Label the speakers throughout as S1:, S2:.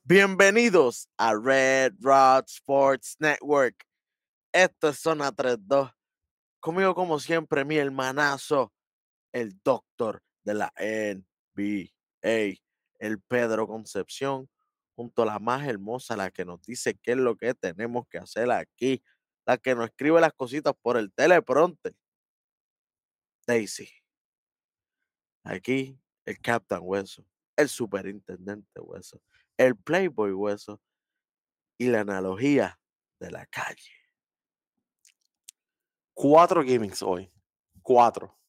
S1: Bienvenidos a Red Rod Sports Network. Esto es Zona 32. Conmigo, como siempre, mi hermanazo, el doctor de la NBA, el Pedro Concepción, junto a la más hermosa, la que nos dice qué es lo que tenemos que hacer aquí, la que nos escribe las cositas por el teleprompter, Daisy. Aquí, el Captain Hueso, el Superintendente Hueso, el Playboy Hueso y la analogía de la calle.
S2: 4 gamings hoy. 4.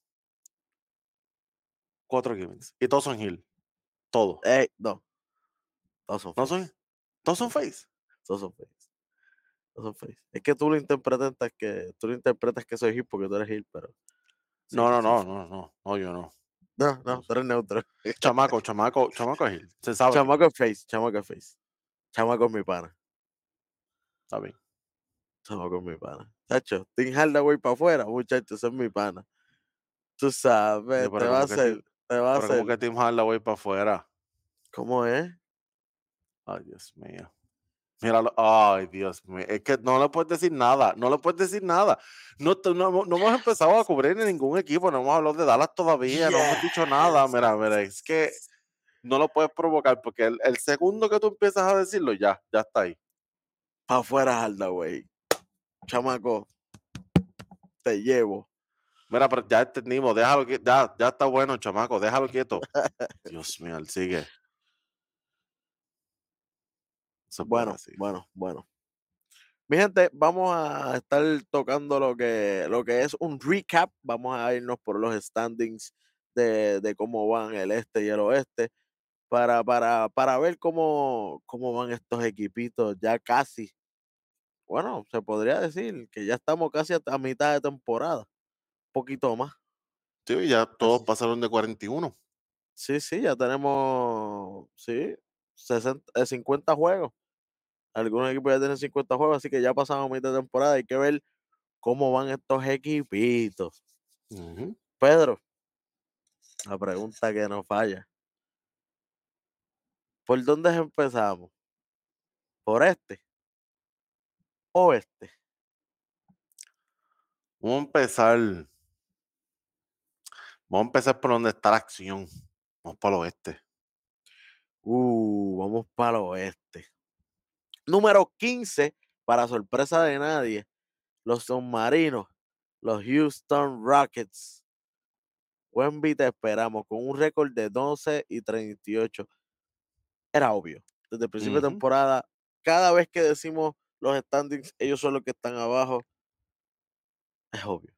S2: 4 gamings. Y todos son Hill. Todo.
S1: No, todos son
S2: ¿No son?
S1: face.
S2: Todos son
S1: Todos son
S2: face.
S1: todos son face. Todos son face. Es que tú lo interpretas que soy Gil porque tú eres Gil, pero sí,
S2: No, no,
S1: son
S2: no,
S1: face.
S2: no, no. No, yo no.
S1: No,
S2: No.
S1: no, tú eres neutro.
S2: Chamaco es Hill. Se sabe que es
S1: Chamaco
S2: Hill.
S1: es face, chamaco es face. Chamaco es mi pana.
S2: Está bien.
S1: Chamaco es mi pana. Chacho, Tim Hardaway para afuera, muchacho, ese es mi pana. Tú sabes,
S2: Oye,
S1: te va a
S2: pero como
S1: hacer.
S2: que Tim Hardaway para afuera.
S1: ¿Cómo es?
S2: Ay, Dios mío. Míralo. Ay, Dios mío. Es que no le puedes decir nada. No le puedes decir nada. No hemos empezado a cubrir en ningún equipo. No hemos hablado de Dallas todavía. No hemos dicho nada.
S1: Yes.
S2: Mira. Es que no lo puedes provocar porque el segundo que tú empiezas a decirlo, ya está ahí.
S1: Para afuera Hardaway. Chamaco, te llevo.
S2: Mira, pero ya entendimos, déjalo que ya está bueno, chamaco, déjalo quieto. Dios mío, él sigue. Eso puede
S1: Bueno,
S2: así.
S1: bueno, bueno. Mi gente, vamos a estar tocando lo que es un recap. Vamos a irnos por los standings de cómo van el este y el oeste para ver cómo van estos equipitos ya casi. Bueno, se podría decir que ya estamos casi a mitad de temporada, un poquito más.
S2: Sí, ya todos
S1: Así.
S2: pasaron de 41.
S1: Sí, sí, ya tenemos, sí, 50 juegos. Algunos equipos ya tienen 50 juegos, así que ya pasamos mitad de temporada. Hay que ver cómo van estos equipitos.
S2: Ujú.
S1: Pedro, la pregunta que no falla. ¿Por dónde empezamos? ¿Por este? ¿Oeste?
S2: Vamos a empezar, vamos a empezar por donde está la acción. Vamos para el oeste.
S1: Vamos para el oeste. Número 15, para sorpresa de nadie, los submarinos, los Houston Rockets. Wemby te esperamos con un récord de 12-38. Era obvio. Desde el principio de
S2: Ujú.
S1: temporada, cada vez que decimos los standings, ellos son los que están abajo. Es obvio.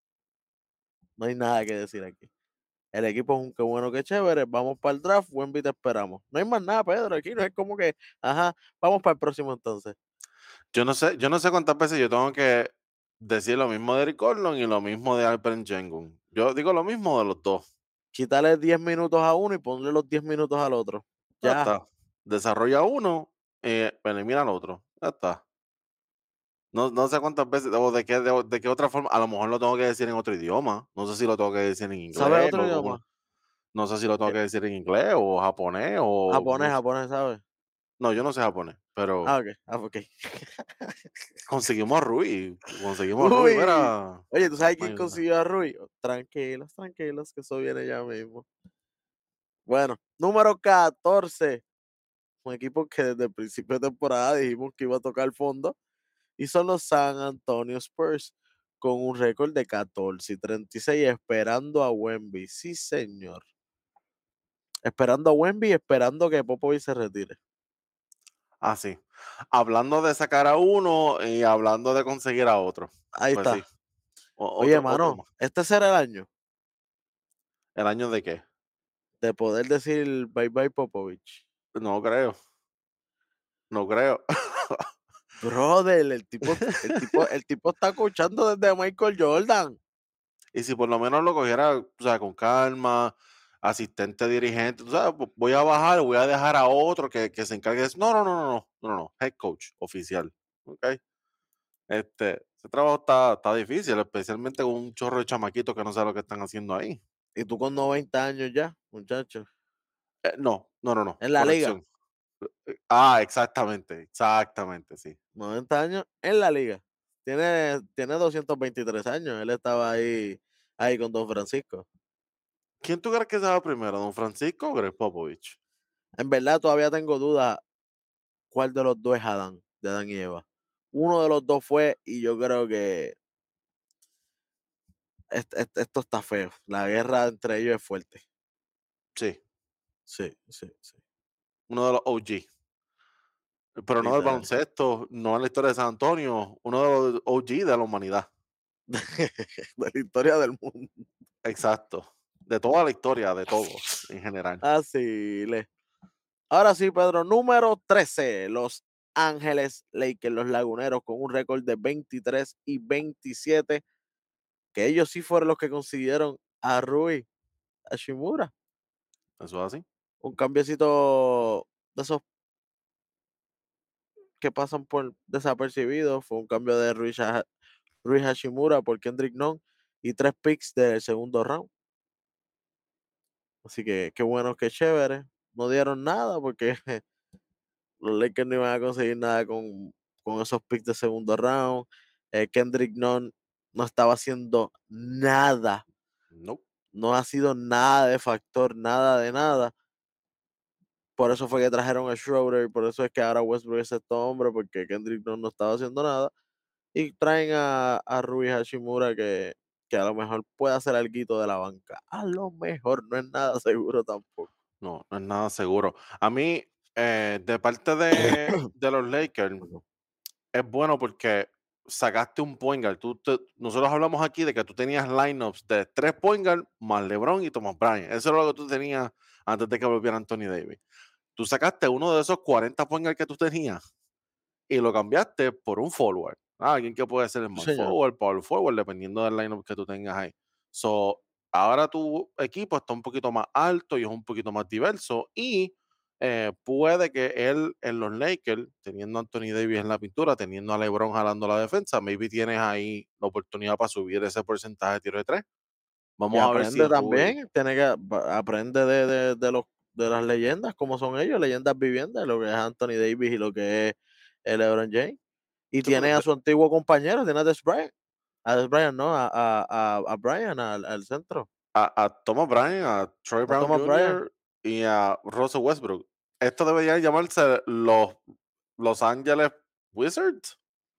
S1: No hay nada que decir aquí. El equipo es un qué bueno, qué chévere. Vamos para el draft. Wemby te esperamos. No hay más nada, Pedro. Aquí no es como que, ajá, vamos para el próximo entonces.
S2: Yo no sé cuántas veces yo tengo que decir lo mismo de Eric Gordon y lo mismo de Alperen Sengun. Yo digo lo mismo de los dos.
S1: Quitarle 10 minutos a uno y ponle los 10 minutos al otro.
S2: Ya
S1: Ya.
S2: está. Desarrolla uno, elimina al otro. Ya está. No sé cuántas veces, o de qué otra forma, a lo mejor lo tengo que decir en otro idioma. No sé si lo tengo que decir en
S1: ¿Sabes
S2: inglés
S1: otro
S2: o como,
S1: idioma?
S2: no sé si lo tengo
S1: Eh,
S2: que decir en inglés o japonés o
S1: japonés,
S2: no sé.
S1: japonés, ¿sabes?
S2: No, yo no sé japonés, pero
S1: Ok, ok.
S2: conseguimos a Rui, conseguimos a Rui,
S1: Uy.
S2: mira.
S1: Oye, ¿tú sabes
S2: No
S1: quién
S2: hay una.
S1: consiguió a Rui? Tranquilos, tranquilos, que eso viene ya mismo. Bueno, número 14. Un equipo que desde el principio de temporada dijimos que iba a tocar fondo. Y son los San Antonio Spurs con un récord de 14-36 esperando a Wemby. Sí, señor. Esperando a Wemby, esperando que Popovich se retire.
S2: Ah, sí. Hablando de sacar a uno y hablando de conseguir a otro.
S1: Ahí
S2: Pues sí,
S1: está. Oye,
S2: otro
S1: mano,
S2: más.
S1: este será el año
S2: ¿El año de qué?
S1: de poder decir bye bye Popovich.
S2: No creo, no creo.
S1: Brother, el tipo está coachando desde Michael Jordan.
S2: Y si por lo menos lo cogiera, o sea, con calma, asistente dirigente, tú sabes, voy a bajar, voy a dejar a otro que se encargue de eso. No, head coach oficial, ¿ok? Ese trabajo está difícil, especialmente con un chorro de chamaquitos que no saben lo que están haciendo ahí.
S1: Y tú con 90 años ya, muchacho.
S2: No,
S1: En la liga.
S2: corrección. Exactamente, exactamente, sí.
S1: 90 años en la liga. Tiene 223 años. Él estaba ahí con Don Francisco.
S2: ¿Quién tú crees que se va primero, Don Francisco o Greg Popovich?
S1: En verdad, todavía tengo dudas cuál de los dos es Adán, de Adán y Eva. Uno de los dos fue, y yo creo que esto está feo. La guerra entre ellos es fuerte.
S2: Sí,
S1: Sí, sí, sí.
S2: uno de los OG. Pero no del
S1: Literal.
S2: baloncesto, no en la historia de San Antonio, uno de los OG de la humanidad.
S1: De la historia del mundo.
S2: Exacto. De toda la historia, de todos en general.
S1: Así le. Ahora sí, Pedro, número 13, Los Ángeles Lakers, los Laguneros, con un récord de 23-27, que ellos sí fueron los que consiguieron a Rui Hachimura.
S2: Eso es así.
S1: Un cambiecito de esos que pasan por desapercibidos. Fue un cambio de Rui Hashimura por Kendrick Nunn y 3 picks del segundo round. Así que qué bueno, qué chévere. No dieron nada porque los Lakers no iban a conseguir nada con esos picks de segundo round. Kendrick Nunn no estaba haciendo nada,
S2: No,
S1: no ha sido nada de factor, nada de nada. Por eso fue que trajeron a Schroeder, por eso es que ahora Westbrook es este hombre, porque Kendrick Nunn no estaba haciendo nada. Y traen a Rui Hashimura que a lo mejor puede hacer alguito de la banca. A lo mejor, no es nada seguro tampoco.
S2: no, no es nada seguro. A mí, de parte de los Lakers,
S1: Bueno,
S2: es bueno porque sacaste un point guard. Nosotros hablamos aquí de que tú tenías lineups de 3 point guard más LeBron y Thomas Bryant. Eso era lo que tú tenías antes de que volviera Anthony Davis. Tú sacaste uno de esos 40 point guard que tú tenías y lo cambiaste por un forward. Alguien que puede ser el
S1: sí,
S2: small
S1: señor.
S2: forward, power forward, dependiendo del lineup que tú tengas ahí. So, ahora tu equipo está un poquito más alto y es un poquito más diverso y puede que él en los Lakers, teniendo a Anthony Davis en la pintura, teniendo a LeBron jalando la defensa, maybe tienes ahí la oportunidad para subir ese porcentaje de tiro de tres.
S1: Y
S2: Vamos a ver si
S1: aprende
S2: Rui,
S1: también, tiene que aprende de las leyendas, como son ellos, leyendas vivientes, lo que es Anthony Davis y lo que es el LeBron James. Y
S2: sí, pero
S1: tiene a su antiguo compañero, tiene a Des Bryant. A Des Bryant, no, a Bryant, al centro.
S2: a Thomas Bryant, a Troy
S1: A
S2: Brown
S1: Thomas Bryant.
S2: Jr. y a Russell Westbrook. Esto debería llamarse los Los Angeles Wizards,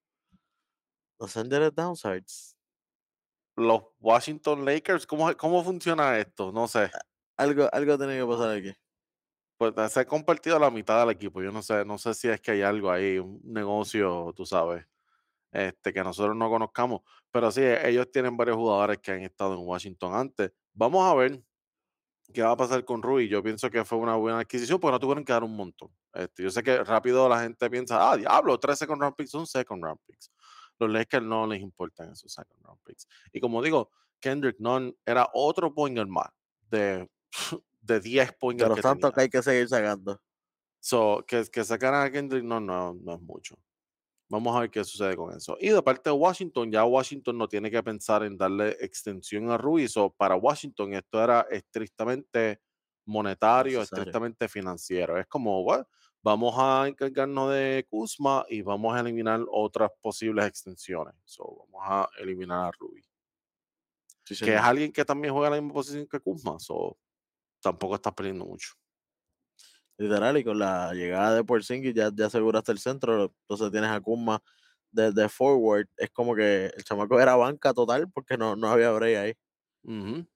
S1: Los Angeles Downsides.
S2: los Washington Lakers. ¿Cómo funciona esto? No sé.
S1: Algo tiene que pasar aquí.
S2: Pues se ha compartido la mitad del equipo. Yo no sé si es que hay algo ahí, un negocio, tú sabes, que nosotros no conozcamos. Pero sí, ellos tienen varios jugadores que han estado en Washington antes. Vamos a ver qué va a pasar con Rui. Yo pienso que fue una buena adquisición porque no tuvieron que dar un montón. Yo sé que rápido la gente piensa, diablo, 3 second round picks son second round picks. Los Lakers no les importan esos second round picks. Y como digo, Kendrick Nunn era otro point guard más de, de 10 point
S1: De
S2: guard
S1: los
S2: que
S1: tantos
S2: tenía.
S1: que hay que seguir sacando.
S2: So, que sacaran a Kendrick Nunn no es mucho. Vamos a ver qué sucede con eso. Y de parte de Washington, ya Washington no tiene que pensar en darle extensión a Ruiz. O para Washington esto era estrictamente monetario,
S1: Necesario.
S2: estrictamente financiero. Es como, bueno, vamos a encargarnos de Kuzma y vamos a eliminar otras posibles extensiones. So, vamos a eliminar a Ruiz,
S1: Sí,
S2: que es
S1: señor.
S2: alguien que también juega en la misma posición que Kuzma. So, tampoco estás perdiendo mucho.
S1: Literal, y con la llegada de Porzingis ya aseguraste el centro, entonces tienes a Kuzma de forward, es como que el chamaco era banca total porque no había break ahí.
S2: Ujú.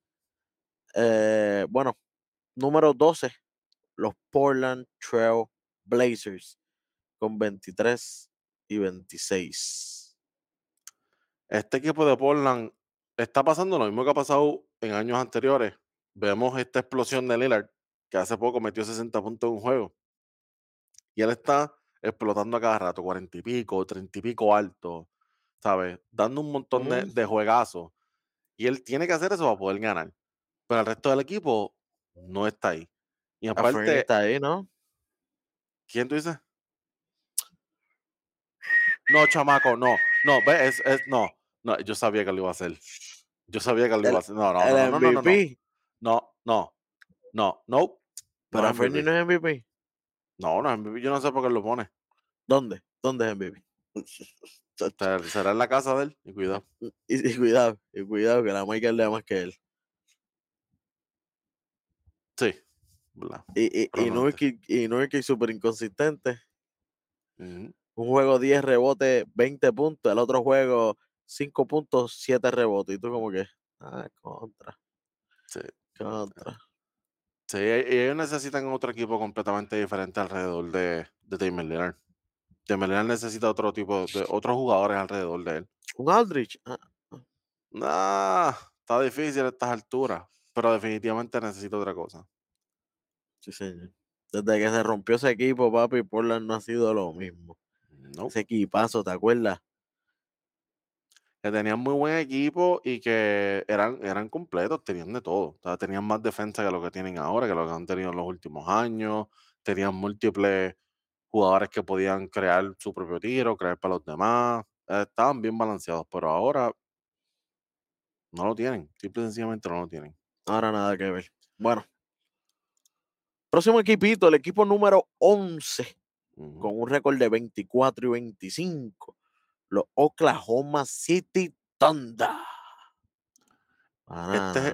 S1: Bueno, número 12, los Portland Trail Blazers con 23-26.
S2: Este equipo de Portland está pasando lo mismo que ha pasado en años anteriores. Vemos esta explosión de Lillard, que hace poco metió 60 puntos en un juego, y él está explotando a cada rato, 40 y pico, 30 y pico alto, ¿sabes? Dando un montón de,
S1: Ujú.
S2: de juegazos. Y él tiene que hacer eso para poder ganar. Pero el resto del equipo no está ahí. Y
S1: A Fernie
S2: aparte,
S1: está ahí, ¿no?
S2: ¿quién tú dices? No, chamaco, no, ve, no, yo sabía que lo iba a hacer. Yo sabía que lo iba
S1: El,
S2: a hacer. No, no,
S1: el
S2: no, no, no, no, no, no.
S1: MVP,
S2: No, no, no, no, no
S1: pero
S2: es
S1: a Fernie
S2: MVP.
S1: no es MVP.
S2: No, no es MVP, yo no sé por qué lo pone.
S1: ¿Dónde? ¿Dónde es MVP? Chacho.
S2: Será en la casa de él, y cuidado.
S1: Y cuidado, que la Michael lea más que él.
S2: Sí, ¿verdad?
S1: Y
S2: Probablemente.
S1: Nurkic súper inconsistente.
S2: Ujú,
S1: Un juego 10 rebotes, 20 puntos. El otro juego 5 puntos, 7 rebotes. Y tú como que, contra,
S2: sí.
S1: contra.
S2: Sí, ellos necesitan otro equipo completamente diferente alrededor de Damian Lillard. Damian Lillard necesita otro tipo de otros jugadores alrededor de él.
S1: Un Aldrich. Ah,
S2: Está difícil a estas alturas, pero definitivamente necesita otra cosa.
S1: sí, señor. Desde que se rompió ese equipo, papi, Portland no ha sido lo mismo.
S2: No,
S1: Ese equipazo, ¿te acuerdas?
S2: que tenían muy buen equipo y que eran completos, tenían de todo. O sea, tenían más defensa que lo que tienen ahora, que lo que han tenido en los últimos años. Tenían múltiples jugadores que podían crear su propio tiro, crear para los demás. Estaban bien balanceados, pero ahora no lo tienen. Simple y sencillamente no lo tienen.
S1: Ahora nada que ver. Bueno, próximo equipito, el equipo número 11
S2: Ujú.
S1: con un récord de 24-25. Los Oklahoma City Thunder.
S2: Este,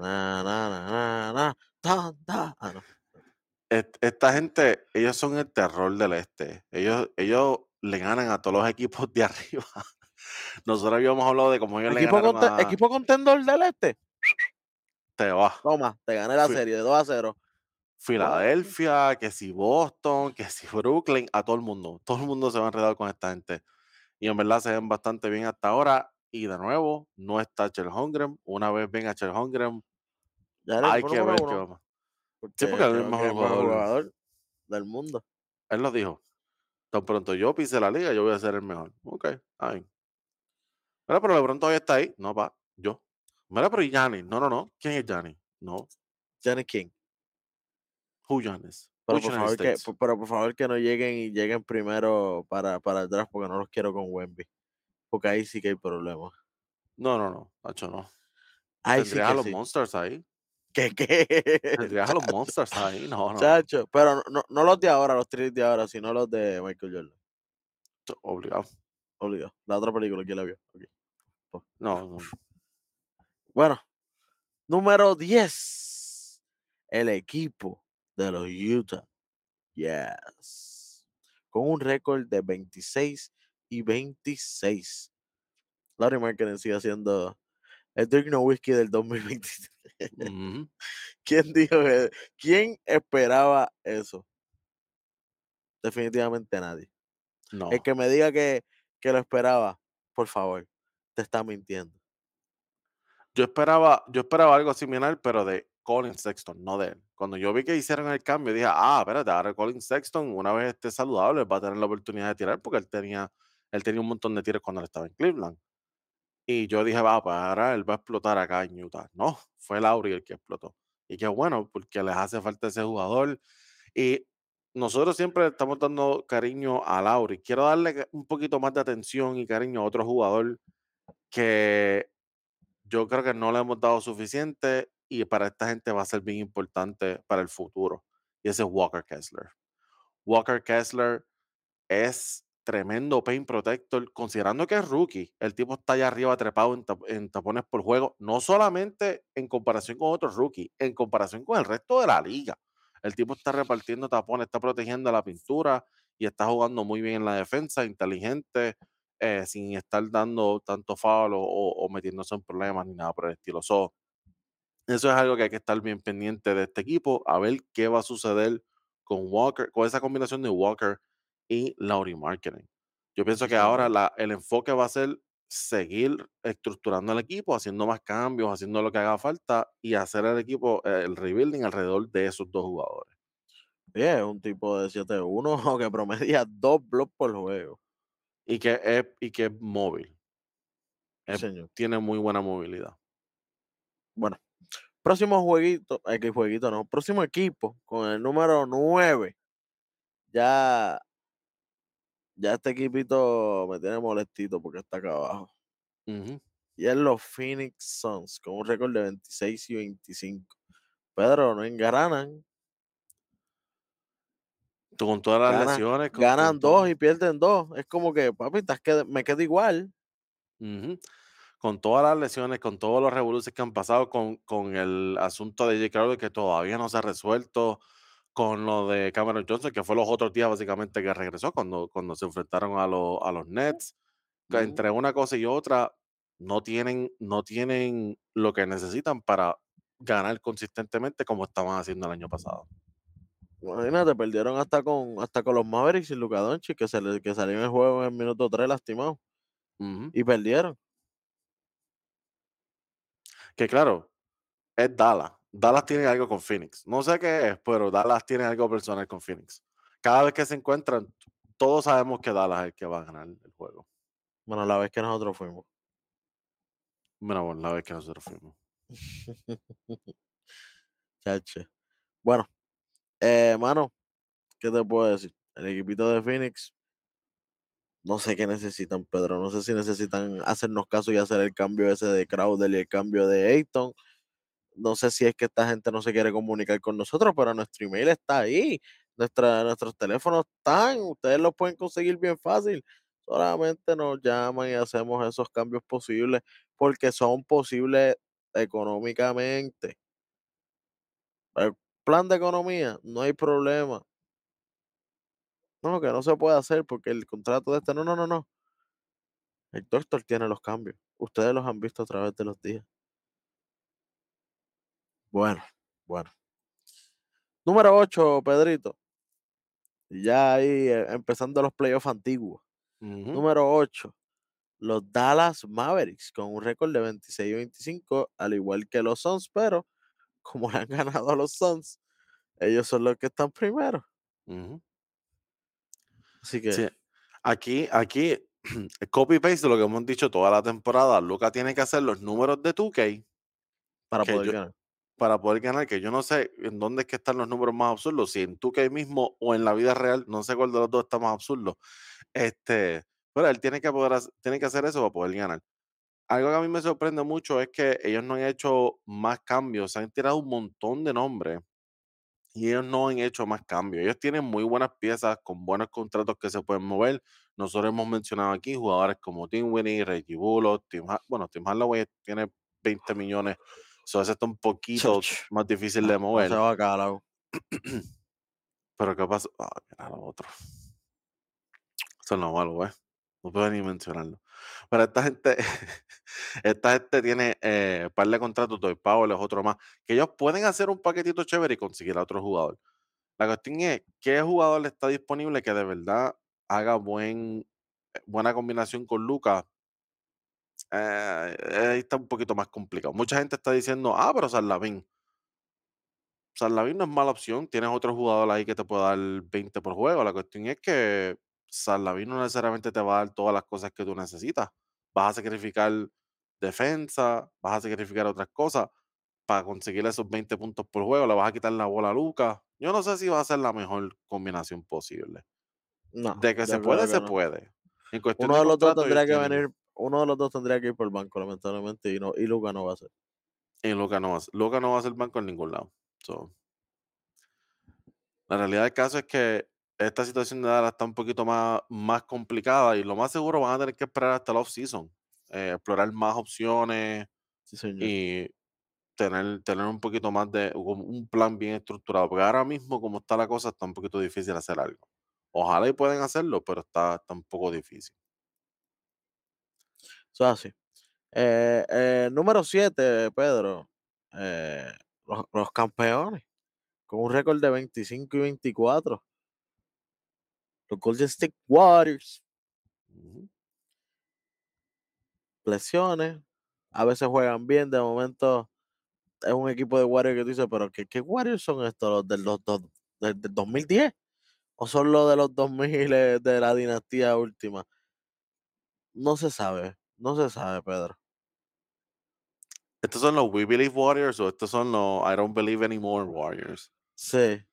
S1: Thunder. No.
S2: esta gente, ellos son el terror del este. Ellos le ganan a todos los equipos de arriba. Nosotros habíamos hablado de cómo ellos le ganaron a
S1: Equipo contendor del este.
S2: Te va.
S1: Toma, te gané la serie de 2-0. What?
S2: Filadelfia, que si Boston, que si Brooklyn, a todo el mundo. Todo el mundo se va a enredar con esta gente. Y en verdad se ven bastante bien hasta ahora. Y de nuevo, no está Chet Holmgren. Una vez venga Chet Holmgren,
S1: Ya era el
S2: hay
S1: equipo
S2: que
S1: número
S2: ver qué va
S1: uno.
S2: a pasar. Sí, porque
S1: Porque
S2: él es el
S1: creo que es
S2: mejor
S1: el mejor
S2: jugador.
S1: jugador del mundo.
S2: Él lo dijo. Tan pronto yo pise la liga, yo voy a ser el mejor. Ok, ay. Mira, pero LeBron todavía está ahí. No, pa, yo. Mira, pero ¿y Giannis? No, no, no. ¿Quién es Giannis? No.
S1: Giannis King.
S2: Who Giannis?
S1: Pero
S2: Which
S1: por
S2: United
S1: favor que,
S2: States?
S1: pero por favor que no lleguen y lleguen primero para el draft porque no los quiero con Wemby. Porque ahí sí que hay problemas.
S2: No, no, no. Nacho, no.
S1: Ahí sí
S2: Tendrías a
S1: que
S2: los
S1: sí.
S2: Monsters ahí.
S1: ¿Qué?
S2: Tendrías a los
S1: Chacho,
S2: Monsters ahí. No, no, no.
S1: chacho. Pero no los de ahora, los three de ahora, sino los de Michael Jordan.
S2: Obligado.
S1: Obligado. La otra película, ¿quién la vio? Ok. Pues,
S2: No, no.
S1: bueno, número 10. El equipo de los Utah Jazz. Con un récord de 26-26. Larry Markkinen sigue siendo el Dirk Nowitzki del 2023.
S2: Ujú.
S1: ¿Quién dijo que, quién esperaba eso? Definitivamente nadie. El
S2: No.
S1: que me diga que lo esperaba, por favor, te está mintiendo.
S2: Yo esperaba algo similar, pero de Colin Sexton, no de él. Cuando yo vi que hicieron el cambio, dije, espérate, ahora Colin Sexton, una vez esté saludable, va a tener la oportunidad de tirar, porque él tenía un montón de tiros cuando él estaba en Cleveland. Y yo dije, va, pues ahora él va a explotar acá en Utah. No, fue Lauri el que explotó. Y qué bueno, porque les hace falta ese jugador. Y nosotros siempre le estamos dando cariño a Lauri. Quiero darle un poquito más de atención y cariño a otro jugador que yo creo que no le hemos dado suficiente y para esta gente va a ser bien importante para el futuro. Y ese es Walker Kessler. Walker Kessler es tremendo paint protector, considerando que es rookie. El tipo está allá arriba trepado en tapones por juego, no solamente en comparación con otros rookies, en comparación con el resto de la liga. El tipo está repartiendo tapones, está protegiendo la pintura y está jugando muy bien en la defensa, inteligente, sin estar dando tanto foul o metiéndose en problemas ni nada por el estilo. Eso es algo que hay que estar bien pendiente de este equipo, a ver qué va a suceder con Walker, con esa combinación de Walker y Lauri Marketing. Yo pienso
S1: Sí,
S2: que ahora
S1: señor.
S2: el enfoque va a ser seguir estructurando el equipo, haciendo más cambios, haciendo lo que haga falta y hacer el equipo, el rebuilding alrededor de esos dos jugadores.
S1: Sí, es un tipo de 7-1 que promedia 2 blocks por juego.
S2: Y que es móvil,
S1: Sí,
S2: es-
S1: señor.
S2: tiene muy buena movilidad.
S1: Bueno, próximo jueguito, que jueguito no, próximo equipo con el número 9. Ya, ya este equipito me tiene molestito porque está acá abajo.
S2: Ujú.
S1: Y es los Phoenix Suns con un récord de 26-25. Pedro, no engranan.
S2: Tú con todas las
S1: Gana
S2: lesiones, con
S1: ganan 2
S2: todo.
S1: y pierden 2. Es como que, papi, me quedo igual.
S2: Ujú. Con todas las lesiones, con todos los revoluciones que han pasado, con el asunto de Jake Crowder que todavía no se ha resuelto, con lo de Cameron Johnson, que fue los otros días básicamente que regresó cuando se enfrentaron a los Nets. Que
S1: Ujú.
S2: entre una cosa y otra, no tienen lo que necesitan para ganar consistentemente como estaban haciendo el año pasado.
S1: Imagínate, perdieron hasta con los Mavericks y Luka Doncic, que salió en el juego en el minuto 3 lastimado,
S2: Ujú.
S1: y perdieron.
S2: Que claro, es Dallas. Dallas tiene algo con Phoenix. No sé qué es, pero Dallas tiene algo personal con Phoenix. Cada vez que se encuentran, todos sabemos que Dallas es el que va a ganar el juego.
S1: Bueno, la vez que nosotros fuimos.
S2: Mira, bueno, la vez que nosotros fuimos.
S1: Chacho. Bueno, mano, ¿qué te puedo decir? El equipito de Phoenix, no sé qué necesitan, Pedro. No sé si necesitan hacernos caso y hacer el cambio ese de Crowder y el cambio de Ayton. No sé si es que esta gente no se quiere comunicar con nosotros, pero nuestro email está ahí. Nuestros teléfonos están, ustedes los pueden conseguir bien fácil. Solamente nos llaman y hacemos esos cambios posibles porque son posibles económicamente. El plan de economía, no hay problema. No, que no se puede hacer porque el contrato de este, no, no, no, no. El doctor tiene los cambios. Ustedes los han visto a través de los días. Bueno, bueno. Número 8, Pedrito. Y ya ahí empezando los playoffs antiguos.
S2: Ujú,
S1: Número 8, los Dallas Mavericks con un récord de 26-25, al igual que los Suns, pero como le han ganado a los Suns, ellos son los que están primero.
S2: ujú.
S1: Así que,
S2: Sí, aquí, copy paste de lo que hemos dicho toda la temporada. Luka tiene que hacer los números de 2K
S1: para
S2: que
S1: poder
S2: yo,
S1: ganar.
S2: para poder ganar, que yo no sé en dónde es que están los números más absurdos, si en 2K mismo o en la vida real, no sé cuál de los dos está más absurdo. Pero él tiene que tiene que hacer eso para poder ganar. Algo que a mí me sorprende mucho es que ellos no han hecho más cambios, se han tirado un montón de nombres y ellos no han hecho más cambios. Ellos tienen muy buenas piezas con buenos contratos que se pueden mover. Nosotros hemos mencionado aquí jugadores como Dinwiddie, Reggie Bullock, bueno, Tim Hardaway tiene 20 millones, eso ese está un poquito
S1: Choch,
S2: más difícil de
S1: no se
S2: mover.
S1: va a calar.
S2: Pero ¿qué pasa? Ah, mira lo otro. Eso es lo malo, güey. No puedo ni mencionarlo. Pero esta gente, esta gente tiene par de contratos, Dwight Powell es otro más, que ellos pueden hacer un paquetito chévere y conseguir a otro jugador. La cuestión es, ¿qué jugador está disponible que de verdad haga buena combinación con Lucas? Ahí está un poquito más complicado. Mucha gente está diciendo, pero Sarlavín. Sarlavín no es mala opción. Tienes otro jugador ahí que te puede dar 20 por juego. La cuestión es que Sarlavín no necesariamente te va a dar todas las cosas que tú necesitas. Vas a sacrificar defensa, vas a sacrificar otras cosas para conseguir esos 20 puntos por juego. Le vas a quitar la bola a Lucas. Yo no sé si va a ser la mejor combinación posible.
S1: No,
S2: De que se
S1: yo
S2: puede,
S1: creo
S2: se
S1: que no.
S2: puede. En cuestión de
S1: Uno de los dos tendría que ir por el banco, lamentablemente, y Luka no va a ser.
S2: y Lucas no va a ser banco en ningún lado. So, la realidad del caso es que esta situación de Dallas está un poquito más complicada y lo más seguro van a tener que esperar hasta el off-season, explorar más opciones
S1: Sí, señor.
S2: y tener un poquito más de un plan bien estructurado, porque ahora mismo como está la cosa está un poquito difícil hacer algo. Ojalá y pueden hacerlo, pero está un poco difícil.
S1: Eso es así. Número 7, Pedro. eh, los campeones, con un récord de 25-24. Los Golden State Warriors.
S2: Ujú.
S1: Lesiones. A veces juegan bien, de momento es un equipo de Warriors que tú dices, pero ¿qué Warriors son estos? ¿Del 2010? ¿O son los de los 2000 de la dinastía última? No se sabe, Pedro.
S2: ¿Estos son los We Believe Warriors o estos son los I Don't Believe Anymore Warriors?
S1: Sí,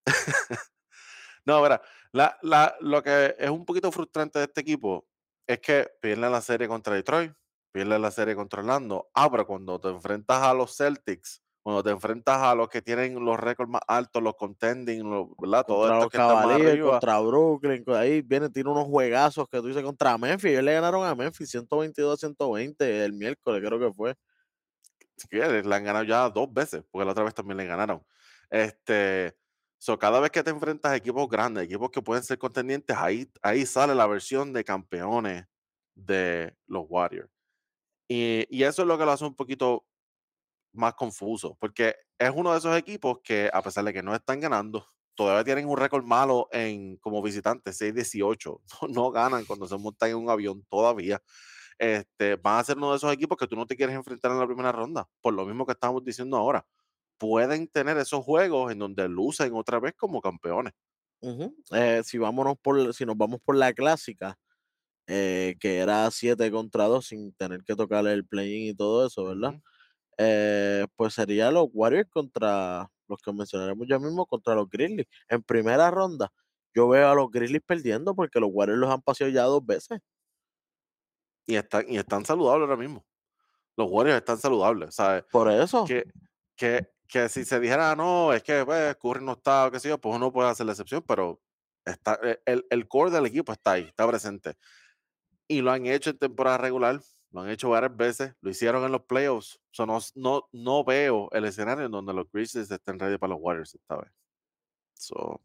S2: No, verá, lo que es un poquito frustrante de este equipo es que pierden la serie contra Detroit, pierden la serie contra Orlando. Pero cuando te enfrentas a los Celtics, cuando te enfrentas a los que tienen los récords más altos, los contending, ¿verdad? Todos
S1: Contra
S2: estos
S1: los
S2: que están más
S1: Cavaliers,
S2: arriba.
S1: contra Brooklyn, ahí viene, tiene unos juegazos que tú dices contra Memphis. Ellos le ganaron a Memphis 122-120 el miércoles, creo que fue.
S2: Si quieres, le han ganado ya 2 veces, porque la otra vez también le ganaron. Este, cada vez que te enfrentas a equipos grandes, equipos que pueden ser contendientes, ahí sale la versión de campeones de los Warriors. Y eso es lo que lo hace un poquito más confuso, porque es uno de esos equipos que, a pesar de que no están ganando, todavía tienen un récord malo como visitantes, 6-18. No ganan cuando se montan en un avión todavía. Van a ser uno de esos equipos que tú no te quieres enfrentar en la primera ronda, por lo mismo que estamos diciendo ahora. Pueden tener esos juegos en donde lucen otra vez como campeones.
S1: Ujú. Si nos vamos por la clásica, que era 7 contra 2 sin tener que tocar el play-in y todo eso, ¿verdad?
S2: Ujú.
S1: Pues sería los Warriors contra los que mencionaremos ya mismo, contra los Grizzlies. En primera ronda, yo veo a los Grizzlies perdiendo porque los Warriors los han paseado ya 2 veces.
S2: Y están saludables ahora mismo. Los Warriors están saludables, ¿sabes?
S1: Por eso.
S2: Que si se dijera: "Ah, no, es que, pues, Curry no está, o qué sé yo", pues uno puede hacer la excepción, pero el core del equipo está ahí, está presente. Y lo han hecho en temporada regular, lo han hecho varias veces, lo hicieron en los playoffs. No veo el escenario en donde los Grizzlies estén ready para los Warriors esta vez. So,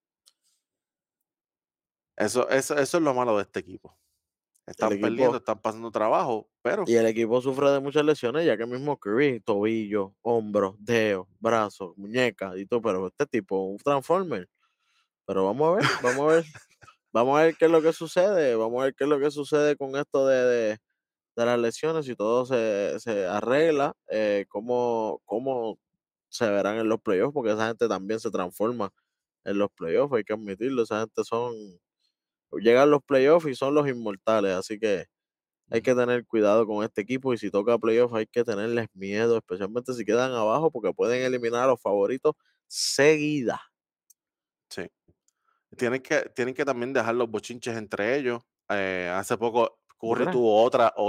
S2: eso es lo malo de este equipo.
S1: El
S2: Están perdiendo,
S1: equipo
S2: están pasando trabajo, pero
S1: y el equipo sufre de muchas lesiones, ya que mismo Curry, tobillo, hombro, dedo, brazo, muñeca y todo, pero este tipo, un transformer. Pero vamos a ver, vamos a ver qué es lo que sucede, vamos a ver qué es lo que sucede con esto de las lesiones, si todo se arregla, cómo se verán en los playoffs, porque esa gente también se transforma en los playoffs, hay que admitirlo, esa gente llegan los playoffs y son los inmortales, así que hay
S2: ujú,
S1: que tener cuidado con este equipo y si toca playoffs hay que tenerles miedo, especialmente si quedan abajo, porque pueden eliminar a los favoritos seguida.
S2: sí. Tienen que también dejar los bochinches entre ellos. Hace poco
S1: ¿Tú
S2: Curry
S1: crees?
S2: tuvo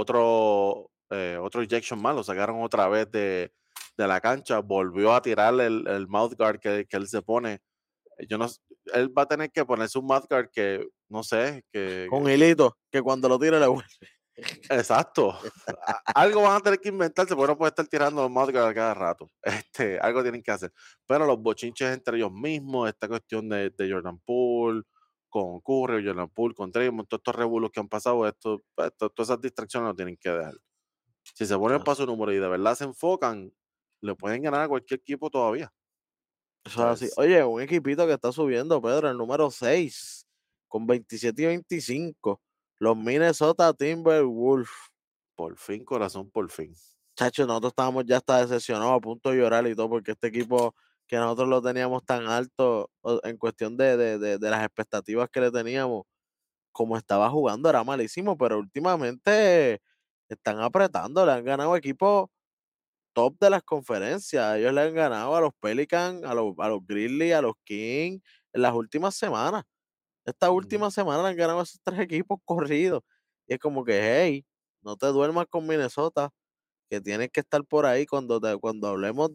S2: otro ejection más, lo sacaron otra vez de la cancha, volvió a tirar el mouth guard que él se pone. Yo no s Él va a tener que ponerse un mouth guard que, no sé,
S1: Con hilito, que cuando lo tire le vuelve.
S2: exacto. Algo van a tener que inventarse, porque no puede estar tirando los mouth guard a cada rato. Algo tienen que hacer. Pero los bochinches entre ellos mismos, esta cuestión de Jordan Poole con Curry, Jordan Poole con Draymond, todos estos revuelos que han pasado, todas esas distracciones lo tienen que dejar. Si se ponen para
S1: Eso
S2: su número y de verdad se enfocan, le pueden ganar a cualquier equipo todavía,
S1: eso es así.
S2: ¿sabes?
S1: Oye, un equipito que está subiendo, Pedro, el número 6 con 27 y 25, los Minnesota Timberwolves.
S2: Por fin, corazón, por fin.
S1: Chacho, nosotros estábamos ya hasta decepcionados, a punto de llorar y todo, porque este equipo que nosotros lo teníamos tan alto en cuestión de las expectativas que le teníamos, como estaba jugando era malísimo, pero últimamente están apretando, le han ganado equipos top de las conferencias. Ellos le han ganado a los Pelicans, a los Grizzlies, a los Kings en las últimas semanas. Esta
S2: Ujú.
S1: última semana le han ganado a esos 3 equipos corridos. Y es como que, hey, no te duermas con Minnesota, que tienes que estar por ahí cuando hablemos